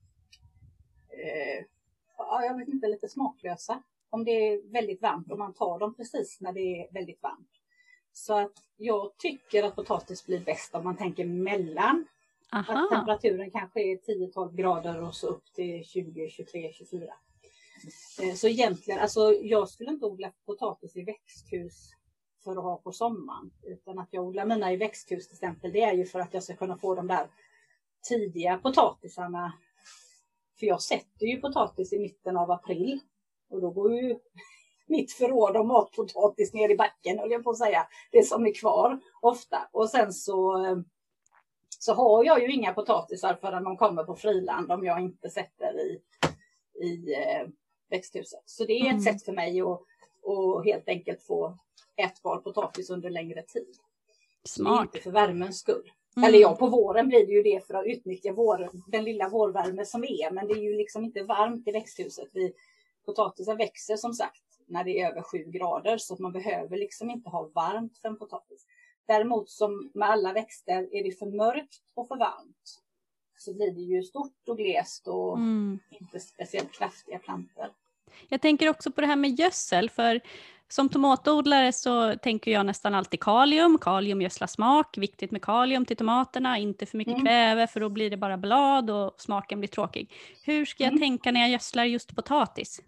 [SPEAKER 2] jag vet inte, lite smaklösa. Om det är väldigt varmt och man tar dem precis när det är väldigt varmt. Så att jag tycker att potatis blir bäst om man tänker mellan.
[SPEAKER 1] Aha.
[SPEAKER 2] Att temperaturen kanske är 10-12 grader och så upp till 20, 23, 24. Så egentligen, alltså jag skulle inte odla potatis i växthus för att ha på sommaren. Utan att jag odlar mina i växthus till exempel. Det är ju för att jag ska kunna få de där tidiga potatisarna. För jag sätter ju potatis i mitten av april. Och då går ju mitt förråd av matpotatis ner i backen, höll jag på att säga. Det som är kvar ofta. Och sen så har jag ju inga potatisar förrän de kommer på friland om jag inte sätter i växthuset. Så det är ett sätt för mig att helt enkelt få ätbar potatis under längre tid.
[SPEAKER 1] Smart.
[SPEAKER 2] Inte för värmens skull. Eller ja, på våren blir det ju det för att utnyttja den lilla vårvärme som är. Men det är ju liksom inte varmt i växthuset. Potatisen växer som sagt när det är över 7 grader. Så att man behöver liksom inte ha varmt för en potatis. Däremot som med alla växter är det för mörkt och för varmt. Så blir det ju stort och glest och inte speciellt kraftiga plantor.
[SPEAKER 1] Jag tänker också på det här med gödsel, för som tomatodlare så tänker jag nästan alltid kalium. Kalium gödslar smak, viktigt med kalium till tomaterna, inte för mycket kväve för då blir det bara blad och smaken blir tråkig. Hur ska jag tänka när jag gödslar just potatis?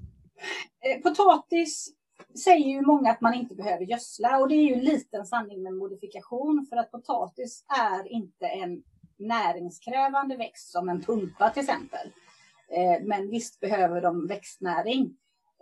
[SPEAKER 2] Potatis säger ju många att man inte behöver gödsla och det är ju en liten sanning med modifikation för att potatis är inte en näringskrävande växt som en pumpa till exempel. Men visst behöver de växtnäring.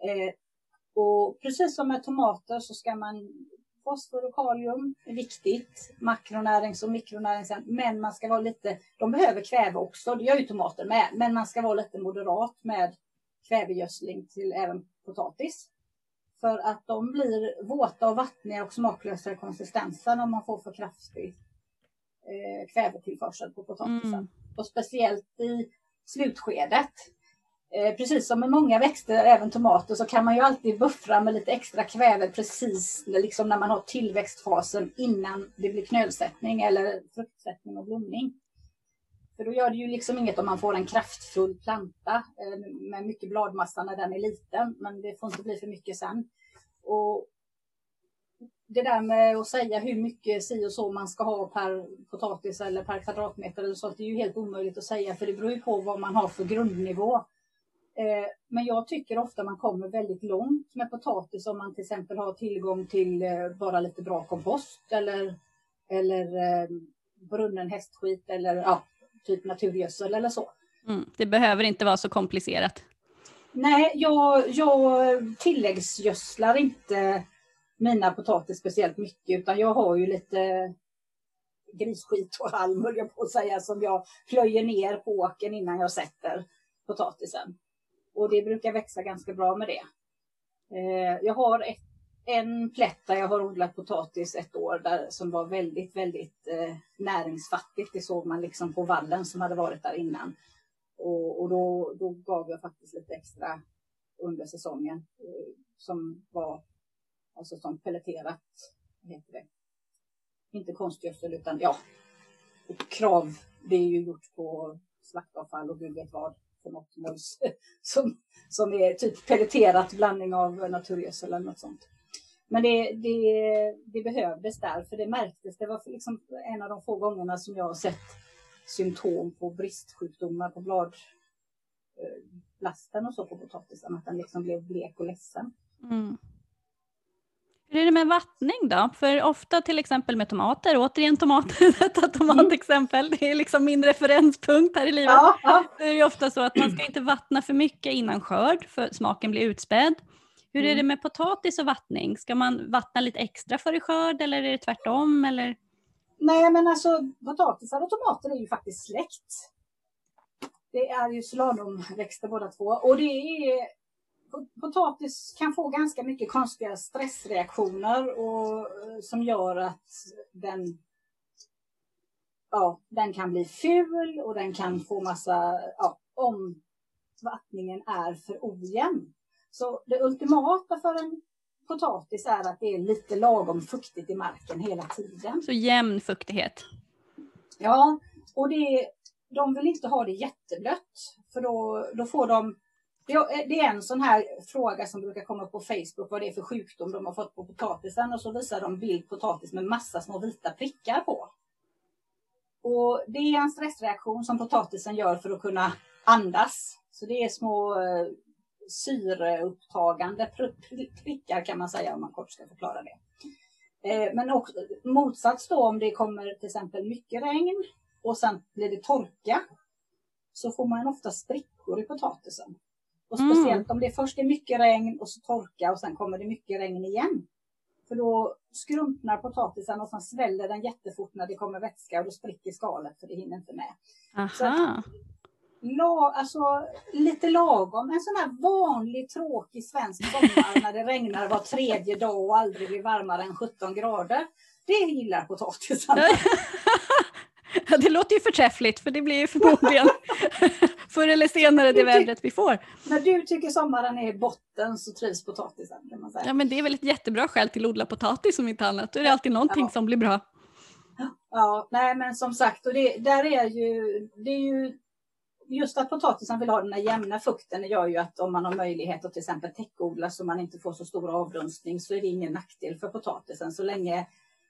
[SPEAKER 2] Och precis som med tomater så ska man fosfor och kalium är viktigt, makronärings och mikronärings, men man ska vara de behöver kväve också, det gör ju tomater med, men man ska vara lite moderat med kvävegödsling till även potatis. För att de blir våta och vattniga och smaklösa i konsistensen om man får för kraftig kvävetillförsel på potatisen. Och speciellt i slutskedet. Precis som med många växter, även tomater, så kan man ju alltid buffra med lite extra kväve precis liksom när man har tillväxtfasen innan det blir knölsättning eller fruktsättning och blomning. För då gör det ju liksom inget om man får en kraftfull planta med mycket bladmassa när den är liten, men det får inte bli för mycket sen. Och det där med att säga hur mycket si och så man ska ha per potatis eller per kvadratmeter eller så, det är ju helt omöjligt att säga för det beror ju på vad man har för grundnivå. Men jag tycker ofta man kommer väldigt långt med potatis om man till exempel har tillgång till bara lite bra kompost eller brunnen hästskit eller typ naturgödsel eller så.
[SPEAKER 1] Det behöver inte vara så komplicerat. Nej,
[SPEAKER 2] jag tilläggsgödslar inte mina potatis speciellt mycket utan jag har ju lite grisskit och halm, höll jag på att säga, som jag plöjer ner på åkern innan jag sätter potatisen. Och det brukar växa ganska bra med det. Jag har en plätt där jag har odlat potatis ett år som var väldigt, väldigt näringsfattigt. Det såg man liksom på vallen som hade varit där innan. Och då gav jag faktiskt lite extra under säsongen som var alltså som pelleterat, vad heter det? Inte konstgödsel utan krav. Det är ju gjort på slaktavfall och gud vet vad för något som är typ pelleterat blandning av naturgödsel eller något sånt. Men det behövdes där för det märktes. Det var liksom en av de få gångerna som jag har sett symptom på bristsjukdomar på bladlasten och så på potatisen. Att den liksom blev blek och ledsen.
[SPEAKER 1] Hur är det med vattning då? För ofta till exempel med tomater, återigen tomatexempel, det är liksom min referenspunkt här i livet. Det är ju ofta så att man ska inte vattna för mycket innan skörd för smaken blir utspädd. Hur är det med potatis och vattning? Ska man vattna lite extra före skörd eller är det tvärtom? Eller?
[SPEAKER 2] Nej, men alltså potatisar och tomater är ju faktiskt släkt. Det är ju slalomväxter båda två. Och det är, potatis kan få ganska mycket konstiga stressreaktioner och, som gör att den kan bli ful och den kan få massa, om vattningen är för ojämn. Så det ultimata för en potatis är att det är lite lagom fuktigt i marken hela tiden.
[SPEAKER 1] Så jämn fuktighet.
[SPEAKER 2] Ja, och de vill inte ha det jätteblött. För då får de... Det är en sån här fråga som brukar komma på Facebook. Vad det är för sjukdom de har fått på potatisen. Och så visar de bild potatis med massa små vita prickar på. Och det är en stressreaktion som potatisen gör för att kunna andas. Så det är små syreupptagande prickar kan man säga, om man kort ska förklara det. Men också motsats då, om det kommer till exempel mycket regn och sen blir det torka, så får man ofta sprickor i potatisen. Och speciellt om det först är mycket regn och så torka och sen kommer det mycket regn igen. För då skrumpnar potatisen och sen sväller den jättefort när det kommer vätska och då spricker skalet för det hinner inte med.
[SPEAKER 1] Aha.
[SPEAKER 2] Alltså lite lagom. En sån här vanlig tråkig svensk sommar när det regnar var tredje dag och aldrig blir varmare än 17 grader. Det gillar potatisen.
[SPEAKER 1] Ja, det låter ju förträffligt, för det blir ju förmodligen förr eller senare det vädret vi får.
[SPEAKER 2] När du tycker sommaren är botten så trivs potatisen, kan man säga.
[SPEAKER 1] Ja, men det är väl ett jättebra skäl till att odla potatis som inte annat. Då är det alltid någonting som blir bra.
[SPEAKER 2] Ja, nej men som sagt, och det är ju just att potatisen vill ha den här jämna fukten gör ju att om man har möjlighet att till exempel täckodla så man inte får så stor avdunstning, så är det ingen nackdel för potatisen så länge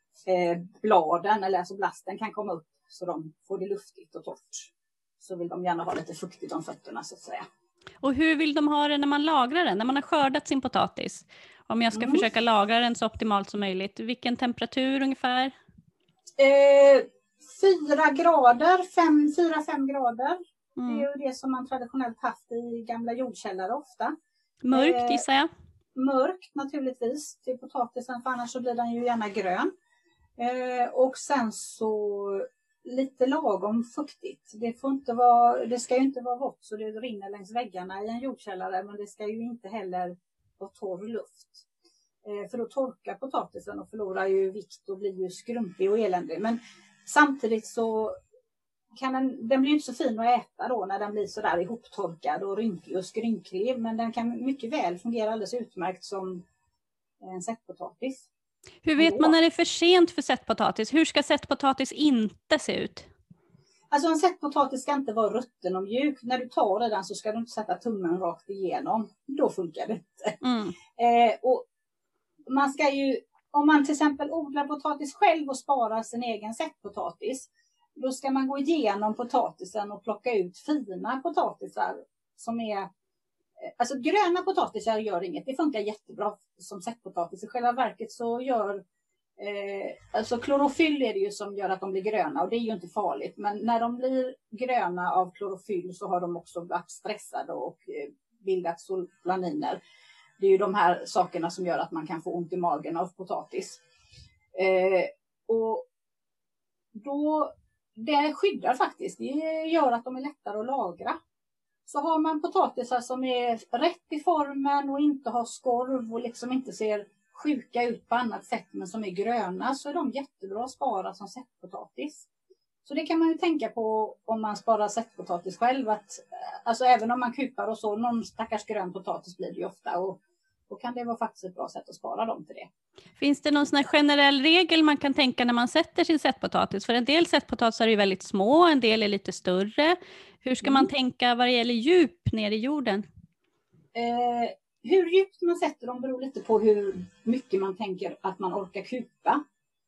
[SPEAKER 2] bladen eller alltså blasten kan komma upp så de får det luftigt och torrt. Så vill de gärna ha lite fuktigt om fötterna så att säga.
[SPEAKER 1] Och hur vill de ha det när man lagrar den? När man har skördat sin potatis? Om jag ska försöka lagra den så optimalt som möjligt. Vilken temperatur ungefär?
[SPEAKER 2] 4 grader, 4-5 grader. Det är ju det som man traditionellt haft i gamla jordkällare ofta.
[SPEAKER 1] Mörkt gissar jag?
[SPEAKER 2] Mörkt naturligtvis till potatisen, för annars så blir den ju gärna grön. Och sen så lite lagom fuktigt. Det ska ju inte vara vått så det rinner längs väggarna i en jordkällare, men det ska ju inte heller vara torr luft. För då torkar potatisen och förlorar ju vikt och blir ju skrumpig och eländig. Men samtidigt så kan den blir ju inte så fin att äta då när den blir så där ihoptorkad och rynkig och skrynklig. Men den kan mycket väl fungera alldeles utmärkt som en sättpotatis.
[SPEAKER 1] Hur vet man när det är för sent för sättpotatis? Hur ska sättpotatis inte se ut?
[SPEAKER 2] Alltså en sättpotatis ska inte vara rutten och mjuk. När du tar i den så ska du inte sätta tummen rakt igenom. Då funkar det inte. Och man ska ju, om man till exempel odlar potatis själv och sparar sin egen sättpotatis, då ska man gå igenom potatisen och plocka ut fina potatisar som är... Alltså gröna potatisar gör inget. Det funkar jättebra som sättpotatis. I själva verket så gör... alltså klorofyll är det ju som gör att de blir gröna och det är ju inte farligt. Men när de blir gröna av klorofyll så har de också varit stressade och bildat solaniner. Det är ju de här sakerna som gör att man kan få ont i magen av potatis. Och då... Det skyddar faktiskt. Det gör att de är lättare att lagra. Så har man potatisar som är rätt i formen och inte har skorv och liksom inte ser sjuka ut på annat sätt men som är gröna, så är de jättebra att spara som sättpotatis. Så det kan man ju tänka på om man sparar sättpotatis själv. Att, alltså även om man kupar och så, någon stackars grön potatis blir det ju ofta. Och då kan det vara faktiskt ett bra sätt att spara dem till det.
[SPEAKER 1] Finns det någon sån här generell regel man kan tänka när man sätter sin sättpotatis? För en del sättpotatisar är ju väldigt små, en del är lite större. Hur ska man tänka vad det gäller djup ner i jorden?
[SPEAKER 2] Hur djupt man sätter dem beror lite på hur mycket man tänker att man orkar kupa.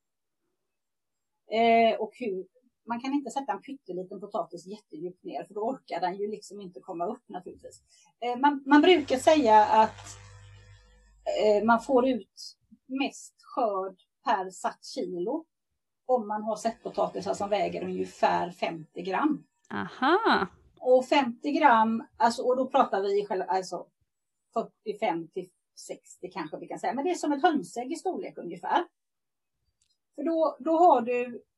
[SPEAKER 2] Och man kan inte sätta en pytteliten potatis jättedjupt ner, för då orkar den ju liksom inte komma upp naturligtvis. Man brukar säga att man får ut mest skörd per satt kilo om man har sättpotatisar som väger ungefär 50 gram.
[SPEAKER 1] Aha.
[SPEAKER 2] Och 50 gram, alltså, och då pratar vi alltså 45 till 60 kanske vi kan säga. Men det är som ett hönsägg i storlek ungefär. För då har du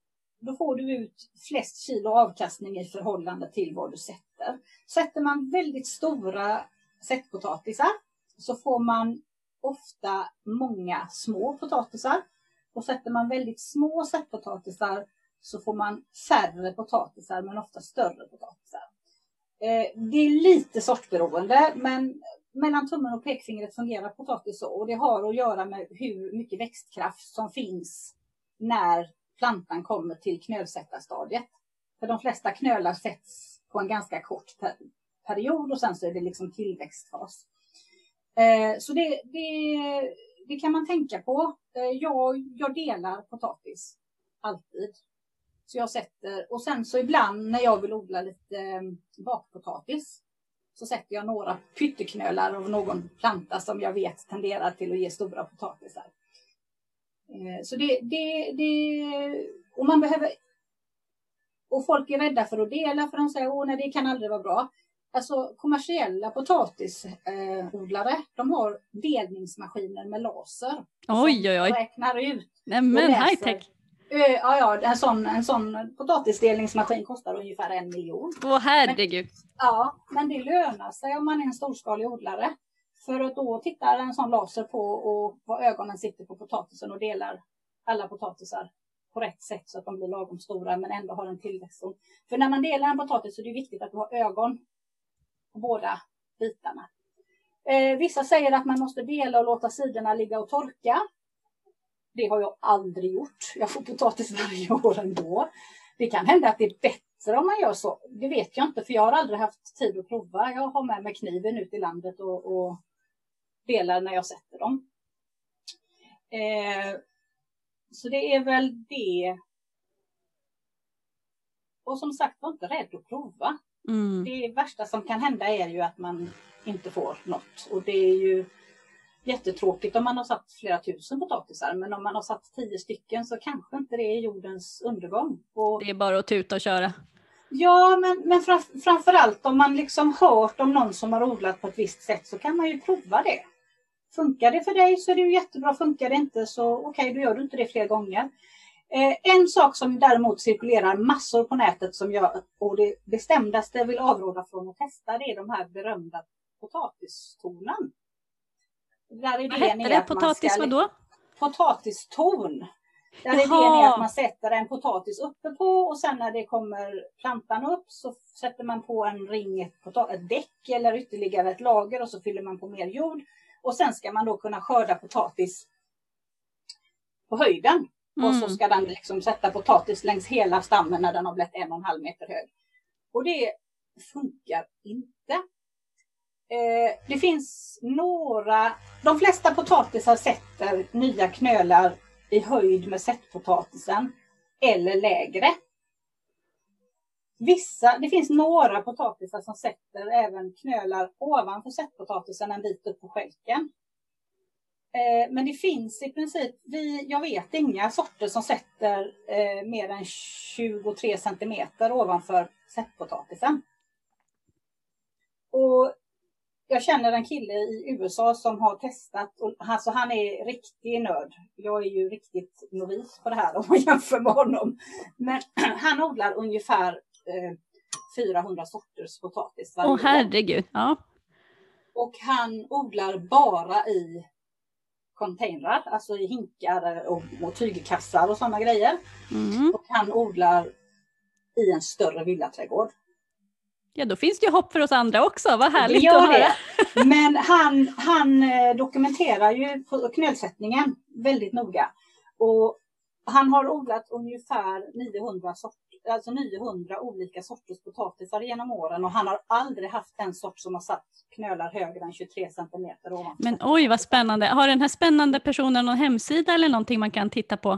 [SPEAKER 2] då får du ut flest kilo avkastning i förhållande till vad du sätter. Sätter man väldigt stora sättpotatisar så får man ofta många små potatisar. Och sätter man väldigt små sättpotatisar så får man färre potatisar men ofta större potatisar. Det är lite sortberoende, men mellan tummen och pekfingret fungerar potatis så. Och det har att göra med hur mycket växtkraft som finns när plantan kommer till knölsättarstadiet. För de flesta knölar sätts på en ganska kort period och sen så är det liksom tillväxtfas. Så det kan man tänka på. Jag delar potatis alltid. Så jag sätter, och sen så ibland när jag vill odla lite bakpotatis så sätter jag några pytteknölar av någon planta som jag vet tenderar till att ge stora potatisar. Så och man behöver, och folk är rädda för att dela för de säger nej, det kan aldrig vara bra. Alltså kommersiella potatisodlare, de har delningsmaskiner med laser.
[SPEAKER 1] Oj.
[SPEAKER 2] Räknar ut.
[SPEAKER 1] Men high tech.
[SPEAKER 2] Ja, en sån potatisdelningsmaskin kostar ungefär 1 miljon.
[SPEAKER 1] Åh herregud.
[SPEAKER 2] Men det lönar sig om man är en storskalig odlare. För att då tittar en sån laser på och var ögonen sitter på potatisen och delar alla potatisar på rätt sätt så att de blir lagom stora men ändå har en tillväxtzon. För när man delar en potatis så är det viktigt att du har ögon på båda bitarna. Vissa säger att man måste dela och låta sidorna ligga och torka. Det har jag aldrig gjort. Jag får potatis varje år ändå. Det kan hända att det är bättre om man gör så. Det vet jag inte för jag har aldrig haft tid att prova. Jag har med mig kniven ut i landet och delar när jag sätter dem. Så det är väl det. Och som sagt, var inte rädd att prova. Det värsta som kan hända är ju att man inte får något. Och det är ju jättetråkigt om man har satt flera tusen potatisar. Men om man har satt 10 stycken så kanske inte det är jordens undergång. Och
[SPEAKER 1] det är bara att tuta och köra.
[SPEAKER 2] Ja, men framförallt om man liksom hört om någon som har odlat på ett visst sätt så kan man ju prova det. Funkar det för dig så är det ju jättebra. Funkar det inte så okej, då gör du inte det fler gånger. En sak som däremot cirkulerar massor på nätet som jag och det bestämdaste vill avråda från att testa, det är de här berömda potatistornen. Där är
[SPEAKER 1] vad hette det? Potatis vadå?
[SPEAKER 2] Potatistorn. Där är idén att man sätter en potatis uppe på och sen när det kommer plantan upp så sätter man på en ring, ett däck eller ytterligare ett lager och så fyller man på mer jord. Och sen ska man då kunna skörda potatis på höjden. Och så ska den liksom sätta potatis längs hela stammen när den har blivit 1,5 meter hög. Och det funkar inte. Det finns de flesta potatisar sätter nya knölar i höjd med sättpotatisen eller lägre. Det finns några potatisar som sätter även knölar ovanför sättpotatisen en bit upp på skälken. Men det finns i princip, jag vet inga sorter som sätter mer än 23 centimeter ovanför sättpotatisen. Och jag känner en kille i USA som har testat, och alltså han är riktig nörd. Jag är ju riktigt novis på det här om man jämför med honom. Men han odlar ungefär 400 sorters potatis varje år.
[SPEAKER 1] Herregud, ja.
[SPEAKER 2] Och han odlar bara i containrar, alltså i hinkar och tygkassar och sådana grejer. Och han odlar i en större villaträdgård.
[SPEAKER 1] Ja, då finns det ju hopp för oss andra också. Vad härligt
[SPEAKER 2] det gör
[SPEAKER 1] att höra.
[SPEAKER 2] Det. Men han dokumenterar ju knölsättningen väldigt noga. Och han har odlat ungefär 900 olika sorters potatisar genom åren. Och han har aldrig haft en sort som har satt knölar högre än 23 centimeter ovanför.
[SPEAKER 1] Men oj, vad spännande. Har den här spännande personen någon hemsida eller någonting man kan titta på?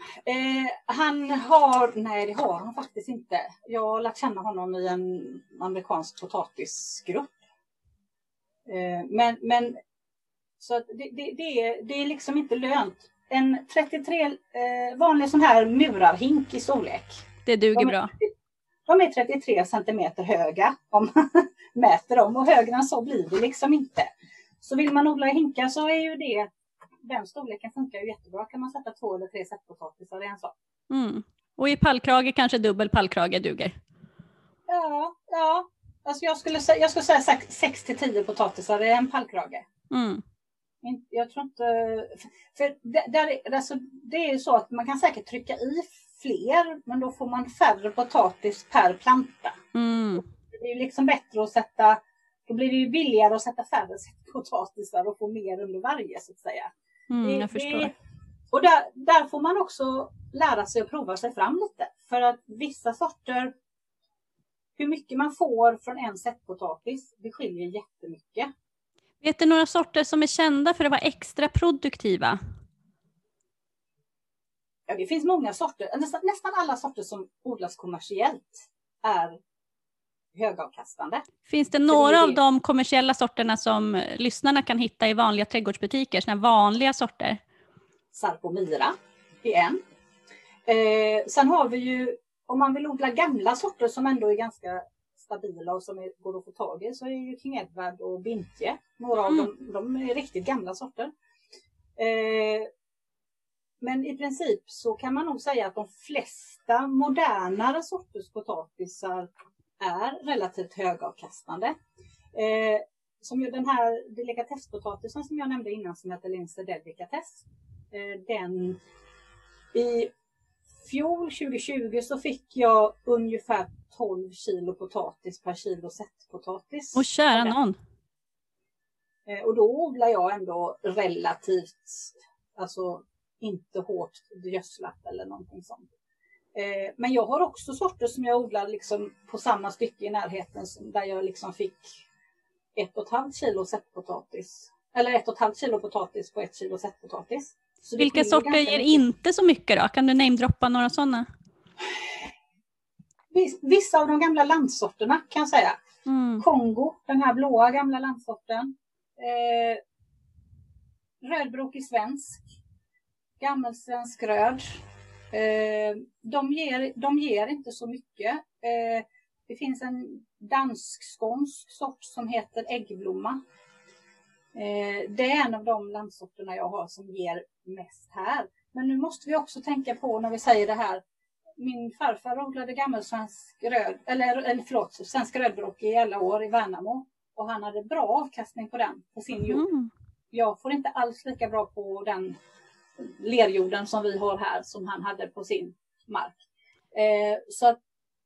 [SPEAKER 2] Nej det har han faktiskt inte. Jag har lärt känna honom i en amerikansk potatisgrupp. Men så att det är liksom inte lönt. En 33 vanlig sån här murarhink i storlek.
[SPEAKER 1] Det duger bra.
[SPEAKER 2] De är 33 centimeter höga om man mäter dem och högre än så blir det liksom inte. Så vill man odla i hinkar så är ju den storleken funkar ju jättebra. Kan man sätta 2 eller 3 sättpotatisar i en sak.
[SPEAKER 1] Och i pallkrage kanske dubbel pallkrage duger?
[SPEAKER 2] Ja. Alltså jag skulle säga 6-10 potatisar i en pallkrage.
[SPEAKER 1] Mm.
[SPEAKER 2] Jag tror inte... För det är ju så att man kan säkert trycka i fler, men då får man färre potatis per planta.
[SPEAKER 1] Mm.
[SPEAKER 2] Det är ju liksom bättre att sätta... Då blir det ju billigare att sätta färre potatisar och få mer under varje, så att säga.
[SPEAKER 1] Jag förstår.
[SPEAKER 2] Och där får man också lära sig att prova sig fram lite. För att vissa sorter, hur mycket man får från en sättpotatis, det skiljer jättemycket.
[SPEAKER 1] Vet du några sorter som är kända för att vara extra produktiva?
[SPEAKER 2] Ja, det finns många sorter. Nästan alla sorter som odlas kommersiellt är högavkastande.
[SPEAKER 1] Finns det några av de kommersiella sorterna som lyssnarna kan hitta i vanliga trädgårdsbutiker? Såna vanliga sorter?
[SPEAKER 2] Sarpomira är en. Sen har vi ju, om man vill odla gamla sorter som ändå är ganska stabila och som går att få tag i, så är ju King Edward och Bintje. Några av dem, de är riktigt gamla sorter. Men i princip så kan man nog säga att de flesta modernare sorters potatisar är relativt högavkastande. Som ju den här delikatesspotatisen som jag nämnde innan, som heter Lince Delicatess. Den i fjol 2020 så fick jag ungefär 12 kilo potatis per kilo sättpotatis.
[SPEAKER 1] Och kära någon.
[SPEAKER 2] Och då odlar jag ändå relativt, alltså inte hårt gödslat eller någonting sånt. Men jag har också sorter som jag odlar liksom på samma stycke i närheten, där jag liksom fick 1,5 kilo sättpotatis. Eller 1,5 kilo potatis på 1 kilo sättpotatis.
[SPEAKER 1] Vilka sorter ger inte så mycket då? Kan du namedroppa några sådana?
[SPEAKER 2] Vissa av de gamla landsorterna kan jag säga. Kongo, den här blåa gamla landsorten. Rödbrokig svensk. Gammelsvensk röd. De ger inte så mycket. Det finns en dansk-skånsk sort som heter äggblomma. Det är en av de landsorterna jag har som ger mest här. Men nu måste vi också tänka på när vi säger det här. Min farfar odlade gammelsvensk svensk rödbrokig i alla år i Värnamo. Och han hade bra avkastning på den, på sin jord. Jag får inte alls lika bra på den lerjorden som vi har här, som han hade på sin mark. Så att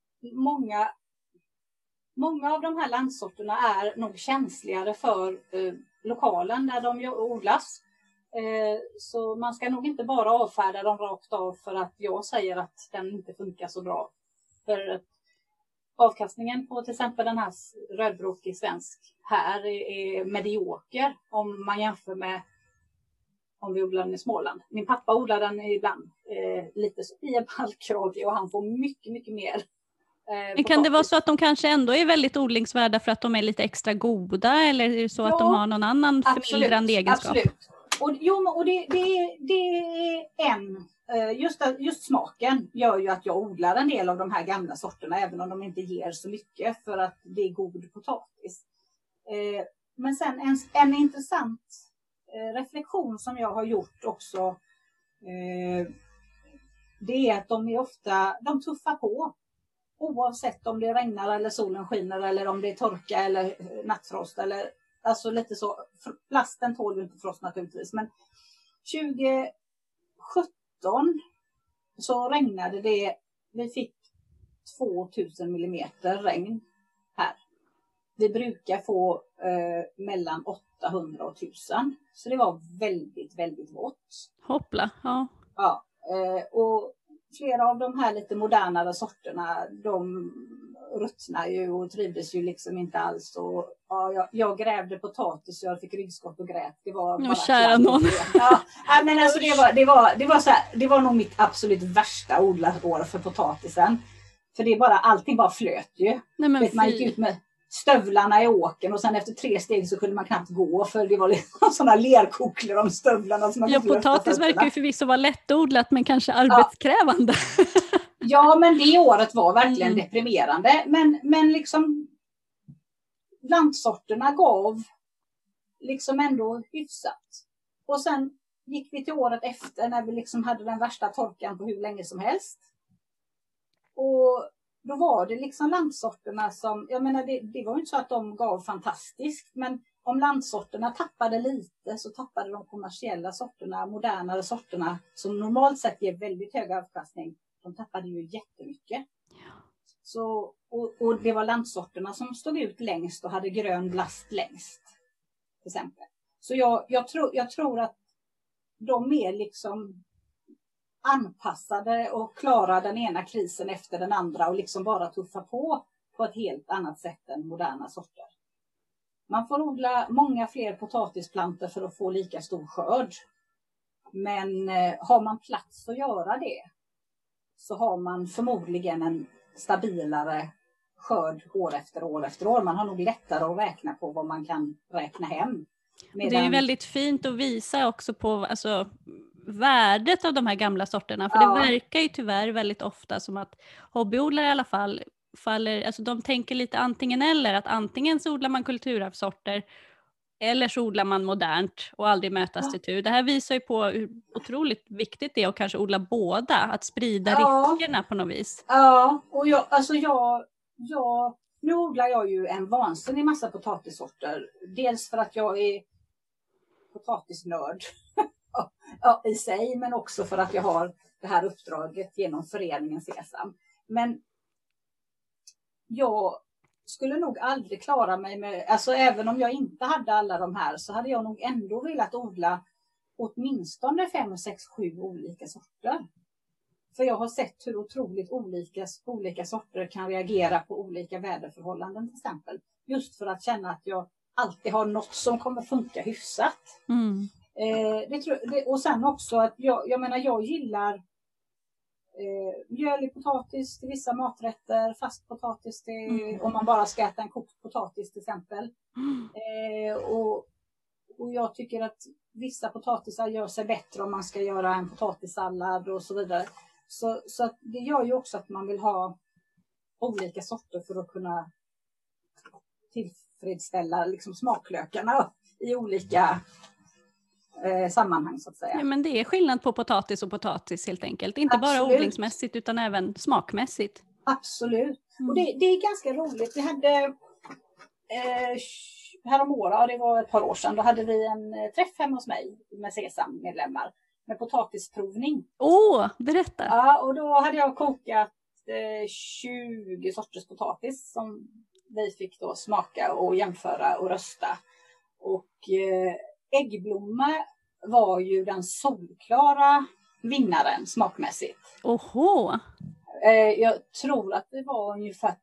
[SPEAKER 2] många av de här landsorterna är nog känsligare för lokalen där de odlas. Så man ska nog inte bara avfärda dem rakt av för att jag säger att den inte funkar så bra. För avkastningen på till exempel den här rödbrokig svensk här är medioker om man jämför med om vi odlar den i Småland. Min pappa odlar den ibland lite i en pallkrage och han får mycket, mycket mer.
[SPEAKER 1] Men kan det vara så att de kanske ändå är väldigt odlingsvärda för att de är lite extra goda, eller är det så att de har någon annan förmildrande egenskap?
[SPEAKER 2] Absolut. Och det är en... Just smaken gör ju att jag odlar en del av de här gamla sorterna, även om de inte ger så mycket, för att det är god potatis. Men sen en intressant reflektion som jag har gjort också, det är att de tuffar på. Oavsett om det regnar eller solen skiner eller om det är torka eller nattfrost eller alltså lite så. Plasten tål ju inte frost naturligtvis, men 2017 så regnade det. Vi fick 2000 millimeter regn här. Vi brukar få mellan 800 och 1000. Så det var väldigt, väldigt vått.
[SPEAKER 1] Hoppla, ja.
[SPEAKER 2] Ja, och flera av de här lite modernare sorterna, de ruttnar ju och trivdes ju liksom inte alls. Och, ja, jag grävde potatis och jag fick ryggskott och grät. Det var bara
[SPEAKER 1] kära någon.
[SPEAKER 2] Ja, men alltså det var nog mitt absolut värsta odlarår för potatisen. För allting bara flöt ju.
[SPEAKER 1] Nej,
[SPEAKER 2] man gick ut med stövlarna i åken och sen efter 3 steg så kunde man knappt gå, för det var liksom sådana lerkocklor om stövlarna.
[SPEAKER 1] Potatis verkar ju förvisso vara lättodlat men kanske arbetskrävande.
[SPEAKER 2] Ja, men det året var verkligen deprimerande. Men liksom landsorterna gav liksom ändå hyfsat. Och sen gick vi till året efter när vi liksom hade den värsta torkan på hur länge som helst. Och då var det liksom landsorterna som, jag menar det var ju inte så att de gav fantastiskt, men om landsorterna tappade lite så tappade de kommersiella sorterna, modernare sorterna som normalt sett ger väldigt hög avkastning, de tappade ju jättemycket. Så, och det var landsorterna som stod ut längst och hade grön blast längst. Till exempel. Så jag tror att de är liksom anpassade och klarar den ena krisen efter den andra och liksom bara tuffar på ett helt annat sätt än moderna sorter. Man får odla många fler potatisplantor för att få lika stor skörd. Men har man plats att göra det så har man förmodligen en stabilare skörd år efter år efter år. Man har nog lättare att räkna på vad man kan räkna hem.
[SPEAKER 1] Det är ju väldigt fint att visa också på värdet av de här gamla sorterna. För det verkar ju tyvärr väldigt ofta som att hobbyodlare i alla fall de tänker lite antingen eller. Att antingen så odlar man kulturarvssorter eller så odlar man modernt och aldrig mötas till tur. Det här visar ju på hur otroligt viktigt det är att kanske odla båda. Att sprida riskerna på något vis.
[SPEAKER 2] Ja, och nu odlar jag ju en vansinnig massa potatissorter. Dels för att jag är potatisnörd i sig, men också för att jag har det här uppdraget genom föreningen Sesam. Men jag skulle nog aldrig klara mig med, alltså även om jag inte hade alla de här så hade jag nog ändå velat odla åtminstone 5, 6, 7 olika sorter. För jag har sett hur otroligt olika sorter kan reagera på olika väderförhållanden till exempel. Just för att känna att jag alltid har något som kommer funka hyfsat.
[SPEAKER 1] Mm.
[SPEAKER 2] Och sen också att jag gillar mjölig potatis till vissa maträtter, fast potatis till om man bara ska äta en kokt potatis till exempel. Och jag tycker att vissa potatisar gör sig bättre om man ska göra en potatissallad och så vidare. Så att det gör ju också att man vill ha olika sorter för att kunna tillfredsställa liksom smaklökarna i olika sammanhang så att säga.
[SPEAKER 1] Ja, men det är skillnad på potatis och potatis helt enkelt. Inte
[SPEAKER 2] Absolut.
[SPEAKER 1] Bara odlingsmässigt utan även smakmässigt.
[SPEAKER 2] Absolut. Och det är ganska roligt. Vi hade häromåret, det var ett par år sedan, då hade vi en träff hemma hos mig med Sesam-medlemmar med potatisprovning.
[SPEAKER 1] Berätta!
[SPEAKER 2] Ja, och då hade jag kokat 20 sorters potatis som vi fick då smaka och jämföra och rösta. Och äggblomma var ju den solklara vinnaren smakmässigt.
[SPEAKER 1] Oho!
[SPEAKER 2] Jag tror att det var ungefär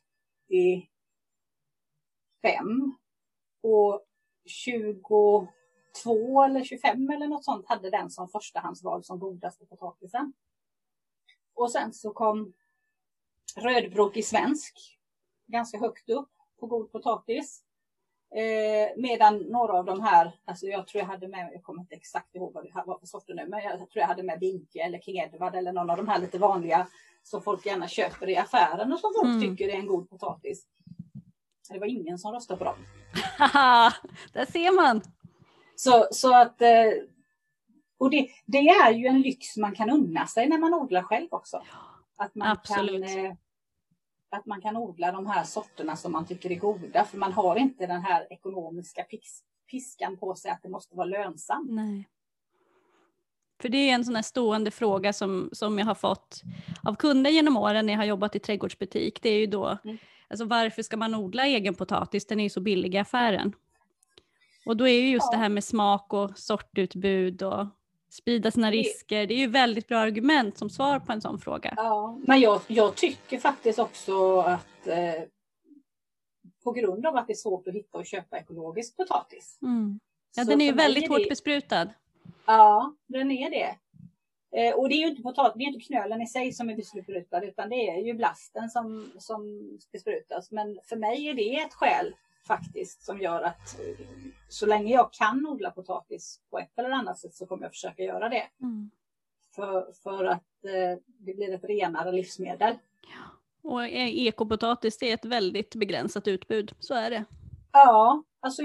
[SPEAKER 2] 35 och 22 eller 25 eller något sånt hade den som förstahandsval som godaste potatisen. Och sen så kom rödbrokig svensk ganska högt upp på god potatis. Medan några av de här, alltså jag tror jag hade med, jag kommer inte exakt ihåg vad det var för sorter nu, men jag tror jag hade med Binke eller King Edward eller någon av de här lite vanliga som folk gärna köper i affären och som folk tycker är en god potatis. Det var ingen som röstade på dem.
[SPEAKER 1] Haha, där ser man.
[SPEAKER 2] Så att, och det är ju en lyx man kan unna sig när man odlar själv också. Att man att man kan odla de här sorterna som man tycker är goda. För man har inte den här ekonomiska piskan på sig att det måste vara lönsamt.
[SPEAKER 1] Nej. För det är en sån här stående fråga som jag har fått av kunder genom åren när jag har jobbat i trädgårdsbutik. Det är ju då, alltså varför ska man odla egen potatis? Den är ju så billig i affären. Och då är ju just det här med smak och sortutbud och sprida sina risker. Det är ju väldigt bra argument som svar på en sån fråga.
[SPEAKER 2] Ja, men jag tycker faktiskt också att på grund av att det är svårt att hitta och köpa ekologisk potatis.
[SPEAKER 1] Ja, den är ju väldigt hårt besprutad.
[SPEAKER 2] Ja, den är det. Och det är ju inte det är inte knölen i sig som är besprutad utan det är ju blasten som besprutas. Men för mig är det ett skäl faktiskt som gör att så länge jag kan odla potatis på ett eller annat sätt så kommer jag försöka göra det. För att det blir ett renare livsmedel.
[SPEAKER 1] Och ekopotatis är ett väldigt begränsat utbud, så är det.
[SPEAKER 2] Ja, alltså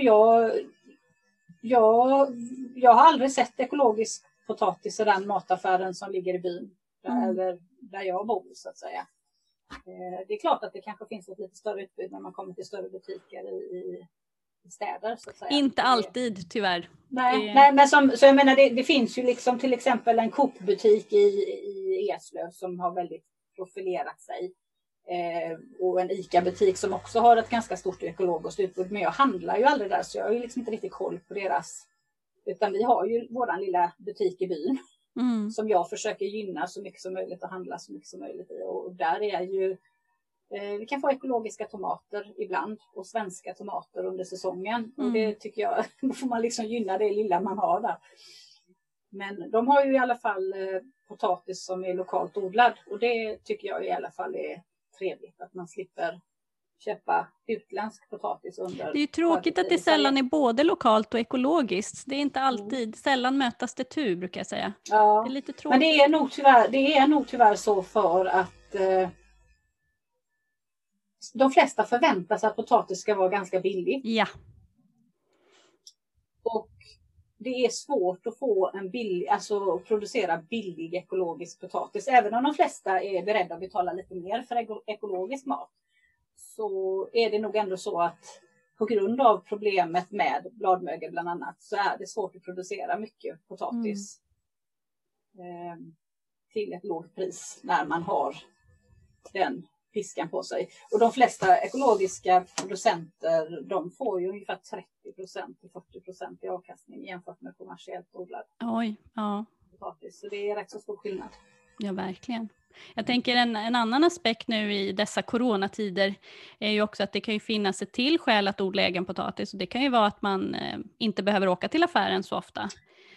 [SPEAKER 2] jag har aldrig sett ekologisk potatis i den mataffären som ligger i byn. Eller där jag bor så att säga. Det är klart att det kanske finns ett lite större utbud när man kommer till större butiker i städer. Så att säga.
[SPEAKER 1] Inte alltid, tyvärr.
[SPEAKER 2] Nej, men så jag menar, det finns ju liksom till exempel en Coop-butik i Eslöv som har väldigt profilerat sig. Och en ICA-butik som också har ett ganska stort ekologiskt utbud. Men jag handlar ju aldrig där, så jag har ju liksom inte riktigt koll på deras. Utan vi har ju våran lilla butik i byn. Som jag försöker gynna så mycket som möjligt och handla så mycket som möjligt i. Och där är ju, vi kan få ekologiska tomater ibland och svenska tomater under säsongen. Och det tycker jag, då får man liksom gynna det lilla man har där. Men de har ju i alla fall potatis som är lokalt odlad. Och det tycker jag i alla fall är trevligt, att man slipper köpa utländsk potatis under.
[SPEAKER 1] Det är ju tråkigt att det sällan är både lokalt och ekologiskt. Det är inte alltid, sällan mötas det tu, brukar jag säga.
[SPEAKER 2] Ja,
[SPEAKER 1] det är lite tråkigt.
[SPEAKER 2] Men det är nog tyvärr så för att de flesta förväntar sig att potatis ska vara ganska billig.
[SPEAKER 1] Ja.
[SPEAKER 2] Och det är svårt att få att producera billig ekologisk potatis. Även om de flesta är beredda att betala lite mer för ekologisk mat. Så är det nog ändå så att på grund av problemet med bladmögel bland annat så är det svårt att producera mycket potatis till ett lågt pris när man har den piskan på sig. Och de flesta ekologiska producenter, de får ju ungefär 30% till 40% i avkastning jämfört med kommersiellt odlad potatis. Så det är rätt så stor skillnad.
[SPEAKER 1] Ja, verkligen. Jag tänker en annan aspekt nu i dessa coronatider är ju också att det kan ju finnas ett till skäl att odla egen potatis. Och det kan ju vara att man inte behöver åka till affären så ofta.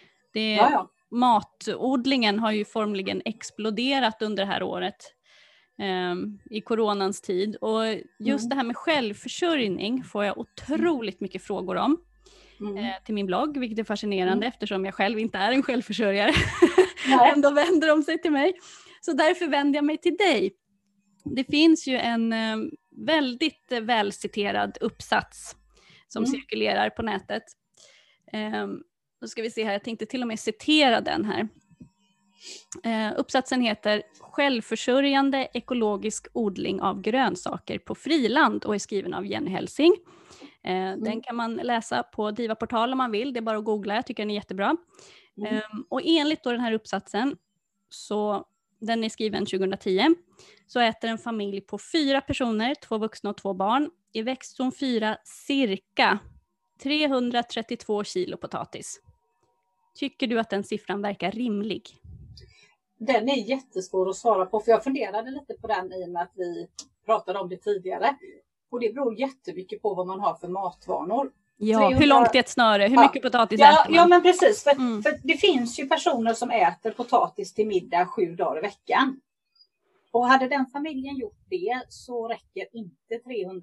[SPEAKER 1] Matodlingen har ju formligen exploderat under det här året i coronans tid. Och just det här med självförsörjning får jag otroligt mycket frågor om till min blogg, vilket är fascinerande eftersom jag själv inte är en självförsörjare. Ändå vänder de sig till mig. Så därför vänder jag mig till dig. Det finns ju en väldigt välciterad uppsats som cirkulerar på nätet. Då ska vi se här, jag tänkte till och med citera den här. Uppsatsen heter Självförsörjande ekologisk odling av grönsaker på friland och är skriven av Jenny Helsing. Den kan man läsa på Diva-portal om man vill, det är bara att googla, jag tycker den är jättebra. Och enligt då den här uppsatsen, så den är skriven 2010, så äter en familj på 4 personer, 2 vuxna och 2 barn, i växtzon 4 cirka 332 kilo potatis. Tycker du att den siffran verkar rimlig?
[SPEAKER 2] Den är jättesvår att svara på, för jag funderade lite på den i och med att vi pratade om det tidigare. Och det beror jättemycket på vad man har för matvanor.
[SPEAKER 1] Ja, 300... hur långt är ett snöre? Hur mycket potatis äter man?
[SPEAKER 2] Ja, men precis. För det finns ju personer som äter potatis till middag 7 dagar i veckan. Och hade den familjen gjort det så räcker inte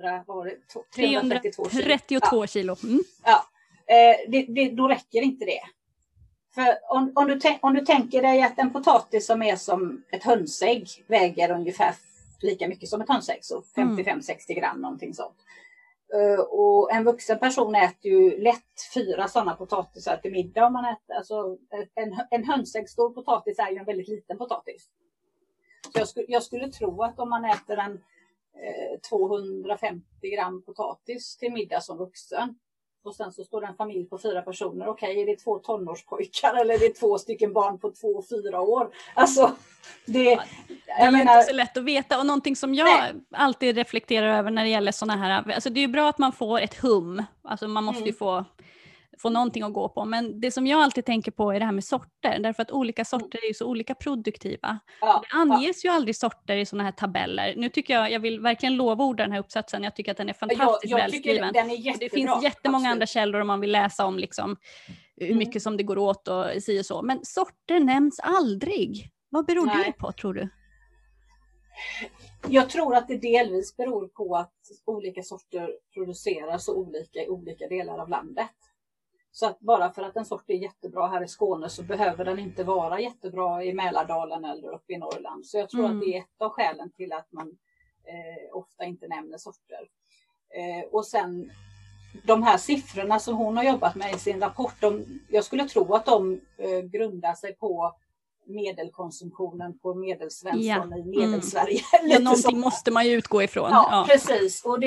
[SPEAKER 2] 332
[SPEAKER 1] kilo.
[SPEAKER 2] Ja, då räcker inte det. För om du tänker dig att en potatis som är som ett hönsägg väger ungefär lika mycket som ett hönsägg, så 55-60 gram, någonting sånt. Och en vuxen person äter ju lätt 4 sådana potatisar till middag om man äter. Alltså en hönsäggstor potatis är ju en väldigt liten potatis. Så jag skulle tro att om man äter en 250 gram potatis till middag som vuxen, och sen så står det en familj på 4 personer. Okej, är det 2 tonårspojkar eller är det 2 stycken barn på 2 och 4 år? Alltså, det
[SPEAKER 1] är inte så lätt att veta. Och någonting som jag alltid reflekterar över när det gäller sådana här... Alltså det är ju bra att man får ett hum. Alltså man måste ju få någonting att gå på. Men det som jag alltid tänker på är det här med sorter. Därför att olika sorter är ju så olika produktiva. Det anges ju aldrig sorter i sådana här tabeller. Nu tycker jag vill verkligen lovorda den här uppsatsen. Jag tycker att den är fantastiskt välskriven. Det finns jättemånga andra källor om man vill läsa om liksom, hur mycket som det går åt och si och så. Men sorter nämns aldrig. Vad beror det på, tror du?
[SPEAKER 2] Jag tror att det delvis beror på att olika sorter produceras så olika i olika delar av landet. Så att bara för att en sort är jättebra här i Skåne så behöver den inte vara jättebra i Mälardalen eller uppe i Norrland. Så jag tror att det är ett av skälen till att man ofta inte nämner sorter. Och sen de här siffrorna som hon har jobbat med i sin rapport, jag skulle tro att de grundar sig på medelkonsumtionen på medelsvensson i Medelsverige.
[SPEAKER 1] Ja, någonting måste man ju utgå ifrån.
[SPEAKER 2] Ja, precis. Och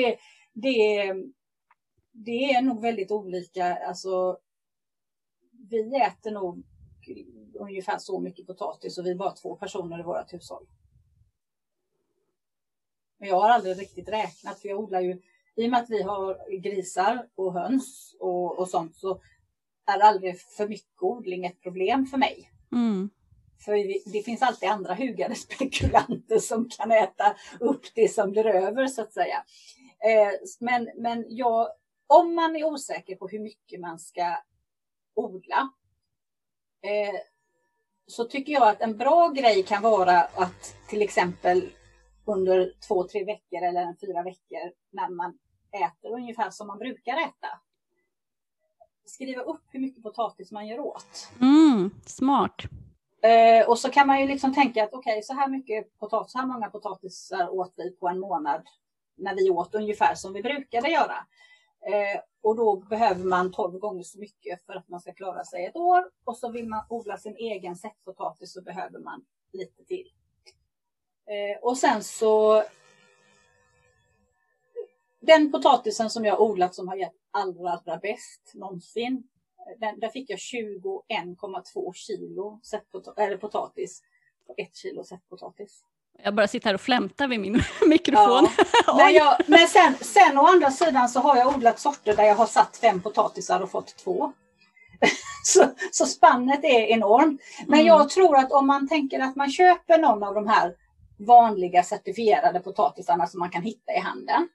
[SPEAKER 2] det är nog väldigt olika. Alltså, vi äter nog ungefär så mycket potatis och vi är bara 2 personer i vårt hushåll. Men jag har aldrig riktigt räknat, för jag odlar ju, i och med att vi har grisar och höns och sånt, så är aldrig för mycket odling ett problem för mig. För det finns alltid andra hugade spekulanter som kan äta upp det som blir över, så att säga. Men om man är osäker på hur mycket man ska odla, så tycker jag att en bra grej kan vara att till exempel under 2-3 veckor eller 4 veckor, när man äter ungefär som man brukar äta, skriva upp hur mycket potatis man gör åt.
[SPEAKER 1] Smart.
[SPEAKER 2] Och så kan man ju liksom tänka att okej, så här mycket potatis, så här många potatisar åt vi på en månad när vi åt ungefär som vi brukade göra. Och då behöver man 12 gånger så mycket för att man ska klara sig ett år. Och så vill man odla sin egen sättpotatis, så behöver man lite till. Och sen så, den potatisen som jag odlat som har gett allra bäst någonsin, där fick jag 21,2 kilo potatis på 1 kilo sättpotatis.
[SPEAKER 1] Jag bara sitter här och flämtar vid min mikrofon.
[SPEAKER 2] Ja. Men sen å andra sidan så har jag odlat sorter där jag har satt 5 potatisar och fått 2. så spannet är enormt. Men jag tror att om man tänker att man köper någon av de här vanliga certifierade potatisarna som man kan hitta i handeln,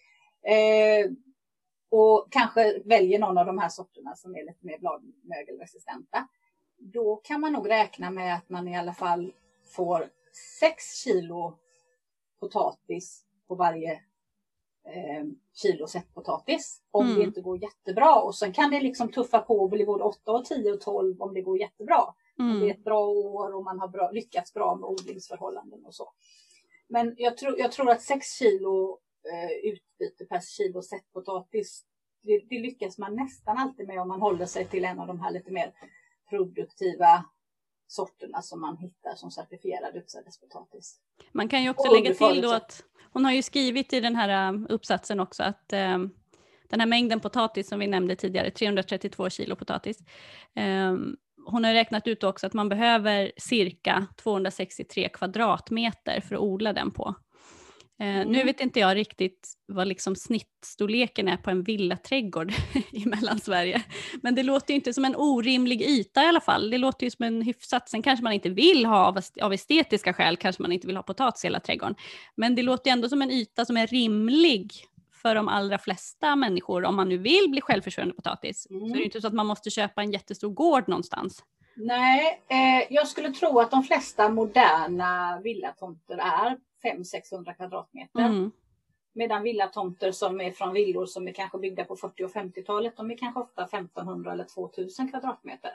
[SPEAKER 2] och kanske väljer någon av de här sorterna som är lite mer bladmögelresistenta, då kan man nog räkna med att man i alla fall får 6 kilo potatis på varje kilo sättpotatis, om det inte går jättebra. Och sen kan det liksom tuffa på och bli både 8 och 10 och 12 om det går jättebra. Om det är ett bra år och man har lyckats bra med odlingsförhållanden och så. Men jag tror att 6 kilo utbyte per kilo sättpotatis, det lyckas man nästan alltid med om man håller sig till en av de här lite mer produktiva sorterna som man hittar som certifierad utsädespotatis.
[SPEAKER 1] Man kan ju också lägga till då att hon har ju skrivit i den här uppsatsen också att den här mängden potatis som vi nämnde tidigare, 332 kilo potatis, hon har räknat ut också att man behöver cirka 263 kvadratmeter för att odla den på. Nu vet inte jag riktigt vad liksom snittstorleken är på en villaträdgård i Mellansverige. Men det låter ju inte som en orimlig yta i alla fall. Det låter ju som en hyfsat. Sen kanske man inte vill ha av estetiska skäl, kanske man inte vill ha potatis i hela trädgården. Men det låter ju ändå som en yta som är rimlig för de allra flesta människor. Om man nu vill bli självförsörjande potatis. Så är det inte så att man måste köpa en jättestor gård någonstans.
[SPEAKER 2] Nej, jag skulle tro att de flesta moderna villatomter är 500-600 kvadratmeter. Medan villatomter som är från villor som är kanske byggda på 40- och 50-talet, de är kanske ofta 1500 eller 2000 kvadratmeter.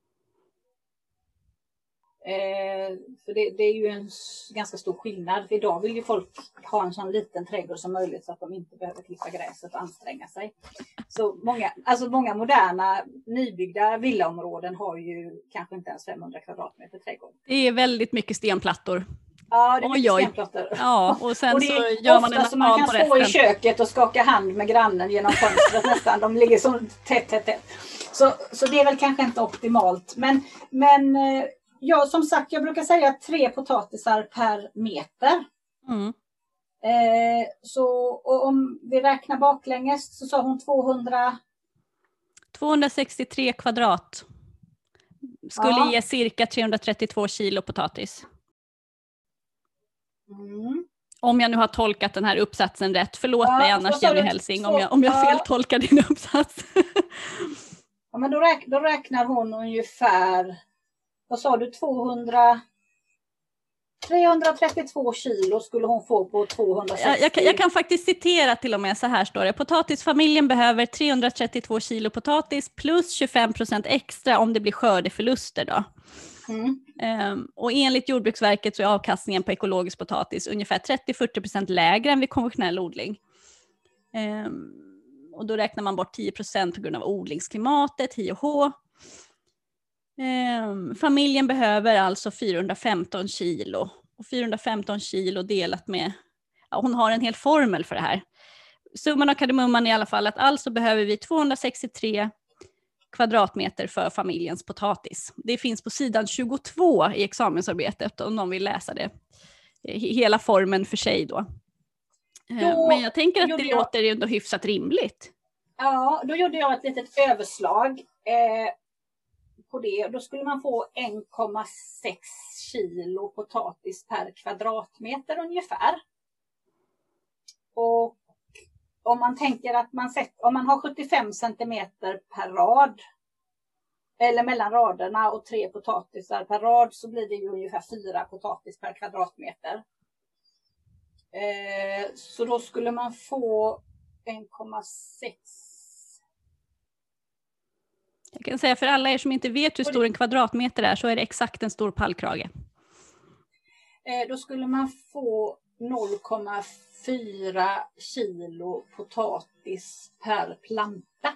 [SPEAKER 2] För det är ju en ganska stor skillnad. För idag vill ju folk ha en sån liten trädgård som möjligt så att de inte behöver klippa gräset och anstränga sig. Så många moderna nybyggda villaområden har ju kanske inte ens 500 kvadratmeter trädgård.
[SPEAKER 1] Det är väldigt mycket stenplattor.
[SPEAKER 2] Ja, det är mycket stenplattor.
[SPEAKER 1] Ja, och sen
[SPEAKER 2] och
[SPEAKER 1] så gör man en
[SPEAKER 2] så man kan stå i köket och skaka hand med grannen genom fönstret nästan. De ligger så tätt. Så det är väl kanske inte optimalt. Men ja, som sagt, jag brukar säga 3 potatisar per meter. Så och om vi räknar baklänges så sa hon
[SPEAKER 1] 263 kvadrat. Skulle ge cirka 332 kilo potatis. Om jag nu har tolkat den här uppsatsen rätt. Förlåt mig annars, Jenny Helsing, om jag feltolkar din uppsats.
[SPEAKER 2] Ja, men då räknar hon ungefär, vad sa du, 332 kilo skulle hon få på 260.
[SPEAKER 1] Jag kan faktiskt citera till och med, så här står det. Potatisfamiljen behöver 332 kilo potatis plus 25% extra om det blir skördeförluster då. Och enligt Jordbruksverket så är avkastningen på ekologisk potatis ungefär 30-40% lägre än vid konventionell odling. Och då räknar man bort 10% på grund av odlingsklimatet, H&H. Familjen behöver alltså 415 kilo. Och 415 kilo delat med, hon har en hel formel för det här. Summan av kardemumman är i alla fall att alltså behöver vi 263 kvadratmeter för familjens potatis. Det finns på sidan 22 i examensarbetet om någon vill läsa det. Hela formen för sig då. Men jag tänker att det låter ändå hyfsat rimligt.
[SPEAKER 2] Ja, då gjorde jag ett litet överslag på det. Då skulle man få 1,6 kilo potatis per kvadratmeter ungefär. Och om man tänker att om man har 75 centimeter per rad, eller mellan raderna, och 3 potatisar per rad, så blir det ju ungefär 4 potatis per kvadratmeter. Så då skulle man få 1,6.
[SPEAKER 1] Jag kan säga för alla er som inte vet hur stor en kvadratmeter är, så är det exakt en stor pallkrage.
[SPEAKER 2] Då skulle man få 0,4 kilo potatis per planta.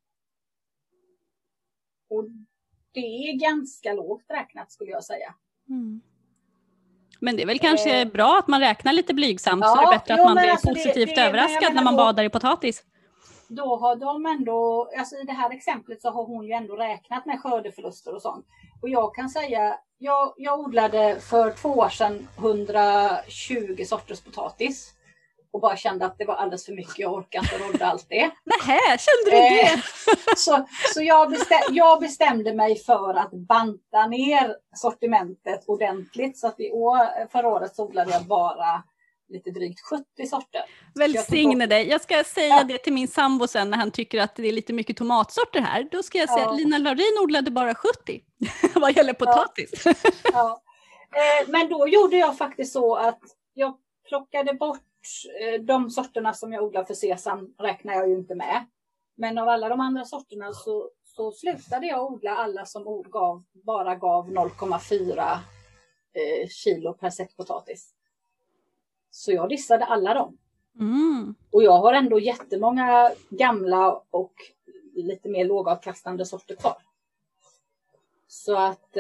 [SPEAKER 2] Och det är ganska lågt räknat, skulle jag säga.
[SPEAKER 1] Mm. Men det är väl kanske bra att man räknar lite blygsamt, så det är bättre att man blir positivt överraskad när man badar i potatis.
[SPEAKER 2] Då har de ändå, alltså i det här exemplet så har hon ju ändå räknat med skördeförluster och sånt. Och jag kan säga, jag odlade för 2 år sedan 120 sorters potatis. Och bara kände att det var alldeles för mycket, jag orkar inte rodda allt det.
[SPEAKER 1] Nähä, kände du det?
[SPEAKER 2] Så jag bestämde mig för att banta ner sortimentet ordentligt. Så att förra året så odlade jag bara lite drygt 70 sorter.
[SPEAKER 1] Välsigne dig. Jag ska säga det till min sambo sen när han tycker att det är lite mycket tomatsorter här. Då ska jag säga att Lina Laurin odlade bara 70 vad gäller potatis.
[SPEAKER 2] Ja. Men då gjorde jag faktiskt så att jag plockade bort de sorterna som jag odlar för sesam, räknar jag ju inte med. Men av alla de andra sorterna så slutade jag odla alla som bara gav 0,4 kilo per säck potatis. Så jag dissade alla dem.
[SPEAKER 1] Mm.
[SPEAKER 2] Och jag har ändå jättemånga gamla och lite mer lågavkastande sorter kvar. Så att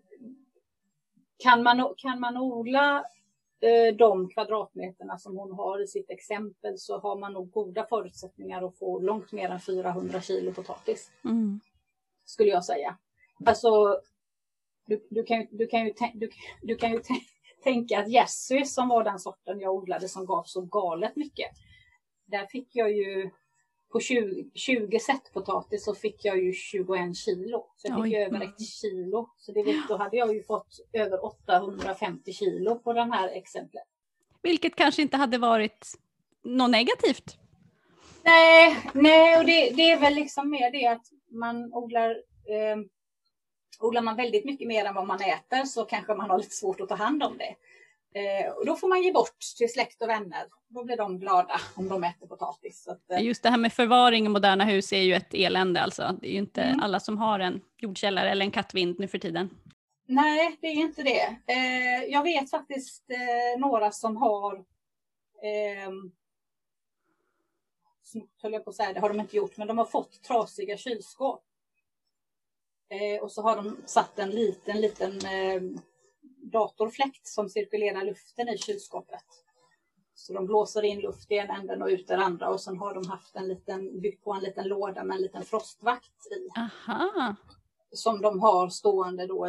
[SPEAKER 2] kan man odla de kvadratmeterna som hon har i sitt exempel, så har man nog goda förutsättningar att få långt mer än 400 kilo potatis.
[SPEAKER 1] Mm.
[SPEAKER 2] Skulle jag säga. Alltså du kan ju tänka att Jessie, som var den sorten jag odlade som gav så galet mycket. Där fick jag ju på 20 set potatis så fick jag ju 21 kilo. Så jag fick ju över 1 kilo. Så då hade jag ju fått över 850 kilo på den här exemplet.
[SPEAKER 1] Vilket kanske inte hade varit något negativt.
[SPEAKER 2] Nej, och det är väl liksom mer det att man odlar man väldigt mycket mer än vad man äter, så kanske man har lite svårt att ta hand om det. Och då får man ge bort till släkt och vänner. Då blir de glada om de äter potatis. Så att,
[SPEAKER 1] just det här med förvaring i moderna hus är ju ett elände. Alltså. Det är ju inte alla som har en jordkällare eller en kattvind nu för tiden.
[SPEAKER 2] Nej, det är inte det. Jag vet faktiskt några som har höll jag på att säga, det har de inte gjort, men de har fått trasiga kylskåp. Och så har de satt en liten datorfläkt som cirkulerar luften i kylskåpet. Så de blåser in luft i en änden och ut den andra. Och sen har de haft byggt på en liten låda med en liten frostvakt i.
[SPEAKER 1] Aha. Som
[SPEAKER 2] de har stående då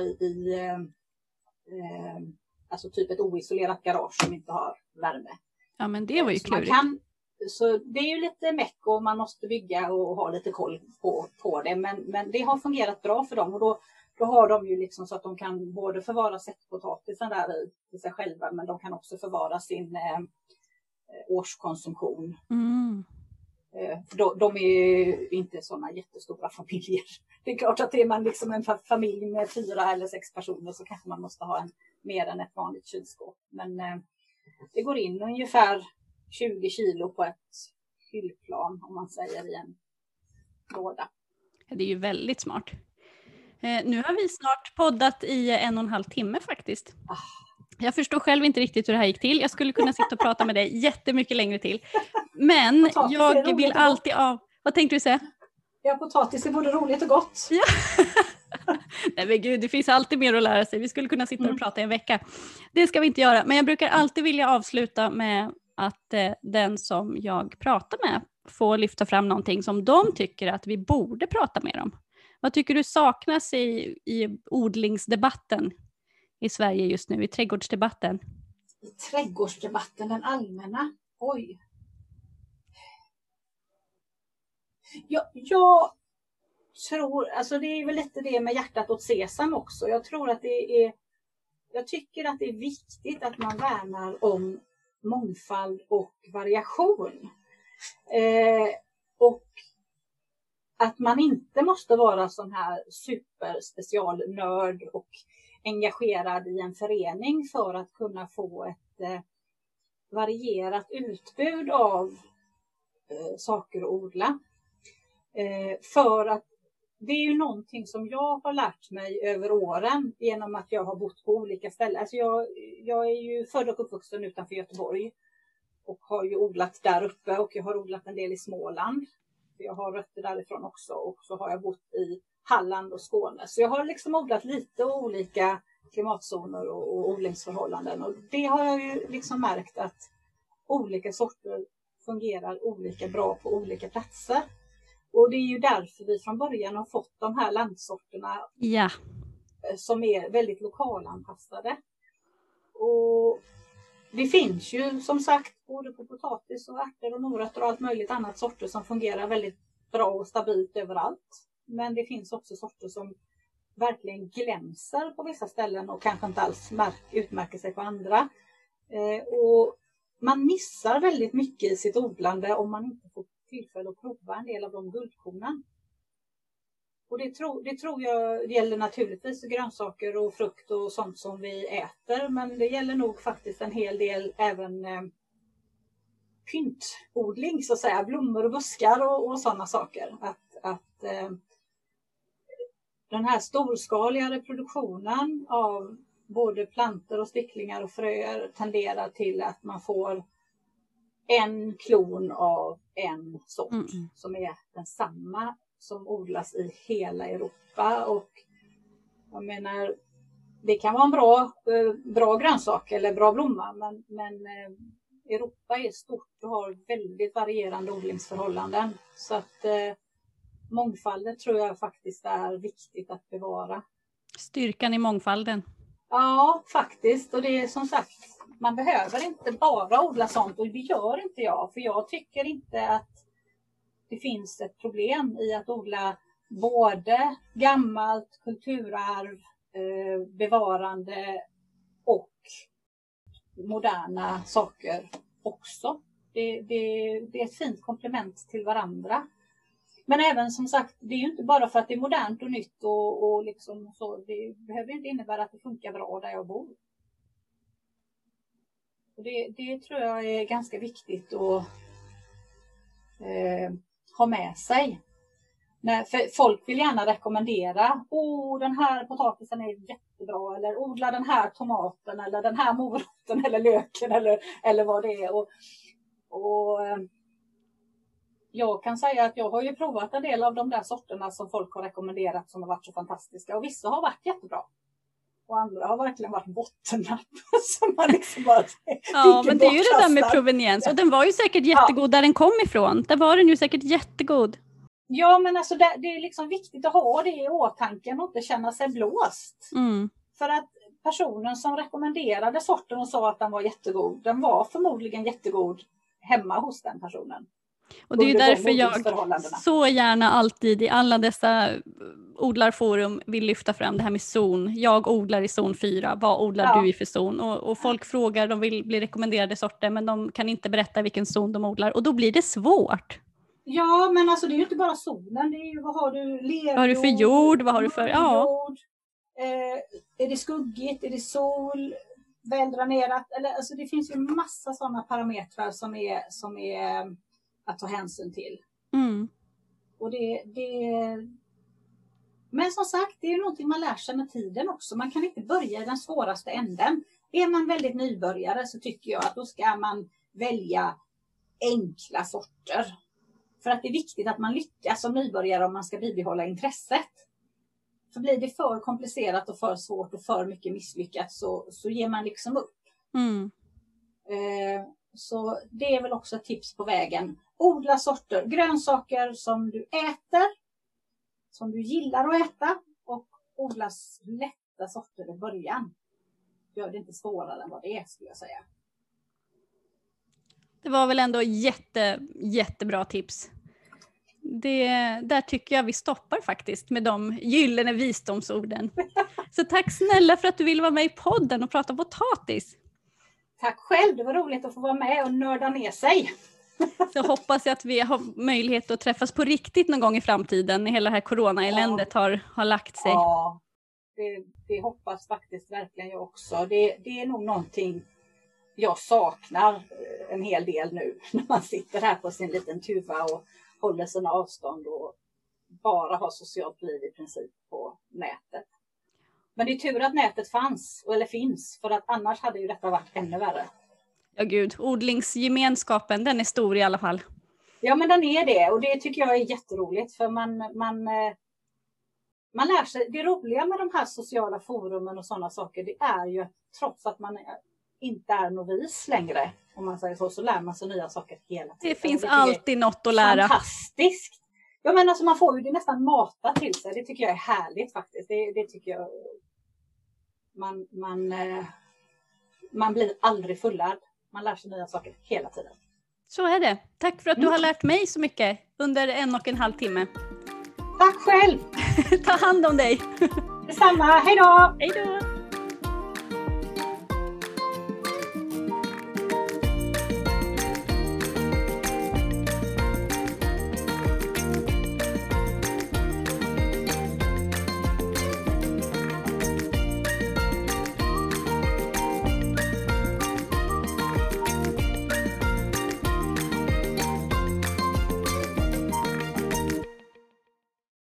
[SPEAKER 2] alltså typ ett oisolerat garage som inte har värme.
[SPEAKER 1] Ja, men det var ju klurigt.
[SPEAKER 2] Så det är ju lite meck och man måste bygga och ha lite koll på det. Men det har fungerat bra för dem. Och då har de ju liksom så att de kan både förvara sättpotatisen där i sig själva, men de kan också förvara sin årskonsumtion.
[SPEAKER 1] Mm.
[SPEAKER 2] De är ju inte sådana jättestora familjer. Det är klart att är man liksom en familj med 4 eller 6 personer så kanske man måste ha mer än ett vanligt kylskåp. Men det går in ungefär 20 kilo på ett hyllplan, om man säger, i en låda.
[SPEAKER 1] Det är ju väldigt smart. Nu har vi snart poddat i 1,5 timme faktiskt. Jag förstår själv inte riktigt hur det här gick till. Jag skulle kunna sitta och prata med dig jättemycket längre till. Men jag vill alltid Vad tänkte du säga?
[SPEAKER 2] Ja, potatis är både roligt och gott.
[SPEAKER 1] Ja. Nej men gud, det finns alltid mer att lära sig. Vi skulle kunna sitta och prata i en vecka. Det ska vi inte göra. Men jag brukar alltid vilja avsluta med att den som jag pratar med får lyfta fram någonting som de tycker att vi borde prata mer om. Vad tycker du saknas i odlingsdebatten i Sverige just nu, i trädgårdsdebatten?
[SPEAKER 2] I trädgårdsdebatten, den allmänna? Oj. Jag tror, alltså det är väl lite det med hjärtat åt sesam också. Jag tycker att det är viktigt att man värnar om mångfald och variation. Och att man inte måste vara sån här superspecialnörd och engagerad i en förening för att kunna få ett varierat utbud av saker att odla. För att det är ju någonting som jag har lärt mig över åren genom att jag har bott på olika ställen. Alltså jag är ju född och uppvuxen utanför Göteborg och har ju odlat där uppe och jag har odlat en del i Småland. Jag har rötter därifrån också och så har jag bott i Halland och Skåne. Så jag har liksom odlat lite olika klimatzoner och odlingsförhållanden. Och det har jag ju liksom märkt att olika sorter fungerar olika bra på olika platser. Och det är ju därför vi från början har fått de här landsorterna som är väldigt lokalanpassade. Och det finns ju som sagt både på potatis och ärtor och morötter och allt möjligt annat sorter som fungerar väldigt bra och stabilt överallt. Men det finns också sorter som verkligen glänser på vissa ställen och kanske inte alls utmärker sig på andra. Och man missar väldigt mycket i sitt odlande om man inte får tillfälle att prova en del av de guldkornen. Och det tror jag gäller naturligtvis grönsaker och frukt och sånt som vi äter. Men det gäller nog faktiskt en hel del även pyntodling så att säga. Blommor och buskar och sådana saker. Att den här storskaliga reproduktionen av både plantor och sticklingar och fröer tenderar till att man får en klon av en sort som är densamma som odlas i hela Europa. Och jag menar, det kan vara en bra grönsak eller bra blomma, men Europa är stort och har väldigt varierande odlingsförhållanden. Så att mångfalden tror jag faktiskt är viktigt att bevara.
[SPEAKER 1] Styrkan i mångfalden.
[SPEAKER 2] Ja, faktiskt. Och det är som sagt, man behöver inte bara odla sånt och det gör inte jag. För jag tycker inte att det finns ett problem i att odla både gammalt kulturarv, bevarande och moderna saker också. Det är ett fint komplement till varandra. Men även som sagt, det är ju inte bara för att det är modernt och nytt och liksom så. Det behöver inte innebära att det funkar bra där jag bor. Och det tror jag är ganska viktigt att ha med sig. För folk vill gärna rekommendera, den här potatisen är jättebra, eller odla den här tomaten, eller den här moroten, eller löken, eller vad det är. Och jag kan säga att jag har ju provat en del av de där sorterna som folk har rekommenderat som har varit så fantastiska. Och vissa har varit jättebra. Och andra har verkligen varit bottennapp. Som man liksom bara
[SPEAKER 1] ja, men det är ju det där med proveniens. Och den var ju säkert jättegod där den kom ifrån. Där var den ju säkert jättegod.
[SPEAKER 2] Ja, men alltså det är liksom viktigt att ha det i åtanke och inte känna sig blåst. För att personen som rekommenderade sorten och sa att den var jättegod, den var förmodligen jättegod hemma hos den personen.
[SPEAKER 1] Och det är ju därför jag så gärna alltid i alla dessa odlarforum vill lyfta fram det här med zon. Jag odlar i zon 4. Vad odlar du i för zon? Och folk frågar, de vill bli rekommenderade sorter men de kan inte berätta vilken zon de odlar. Och då blir det svårt.
[SPEAKER 2] Ja, men alltså det är ju inte bara zonen. Det är ju vad har du lerjord?
[SPEAKER 1] Vad har du för jord? Vad har du för...
[SPEAKER 2] Ja. Är det skuggigt? Är det sol? Väldränerat? Eller, alltså det finns ju massa sådana parametrar som är att ta hänsyn till. Och men som sagt, det är ju någonting man lär sig med tiden också. Man kan inte börja i den svåraste änden. Är man väldigt nybörjare så tycker jag att då ska man välja enkla sorter. För att det är viktigt att man lyckas som nybörjare om man ska bibehålla intresset. För blir det för komplicerat och för svårt och för mycket misslyckat så ger man liksom upp. Så det är väl också ett tips på vägen. Odla sorter, grönsaker som du äter, som du gillar att äta, och odla lätta sorter i början. Gör det inte svårare än vad det är, skulle jag säga.
[SPEAKER 1] Det var väl ändå jättebra tips. Där tycker jag vi stoppar faktiskt med de gyllene visdomsorden. Så tack snälla för att du ville vara med i podden och prata potatis.
[SPEAKER 2] Tack själv, det var roligt att få vara med och nörda ner sig.
[SPEAKER 1] Så hoppas jag att vi har möjlighet att träffas på riktigt någon gång i framtiden när hela det här corona-eländet har lagt sig.
[SPEAKER 2] Ja, det hoppas faktiskt verkligen jag också. Det är nog någonting jag saknar en hel del nu. När man sitter här på sin liten tuva och håller sina avstånd och bara har socialt liv i princip på nätet. Men det är tur att nätet finns, för att annars hade ju detta varit ännu värre.
[SPEAKER 1] Ja gud, odlingsgemenskapen, den är stor i alla fall.
[SPEAKER 2] Ja, men den är det, och det tycker jag är jätteroligt, för man lär sig. Det roliga med de här sociala forumen och sådana saker, det är ju att trots att man inte är novis längre, om man säger så lär man sig nya saker hela tiden.
[SPEAKER 1] Det finns alltid något att lära.
[SPEAKER 2] Fantastiskt! Ja, men alltså man får ju det nästan mata till sig. Det tycker jag är härligt faktiskt. Det tycker jag. Man blir aldrig fullärd. Man lär sig nya saker hela tiden.
[SPEAKER 1] Så är det. Tack för att du har lärt mig så mycket under 1,5 timme.
[SPEAKER 2] Tack själv!
[SPEAKER 1] Ta hand om dig!
[SPEAKER 2] Detsamma, hej då!
[SPEAKER 1] Hej då!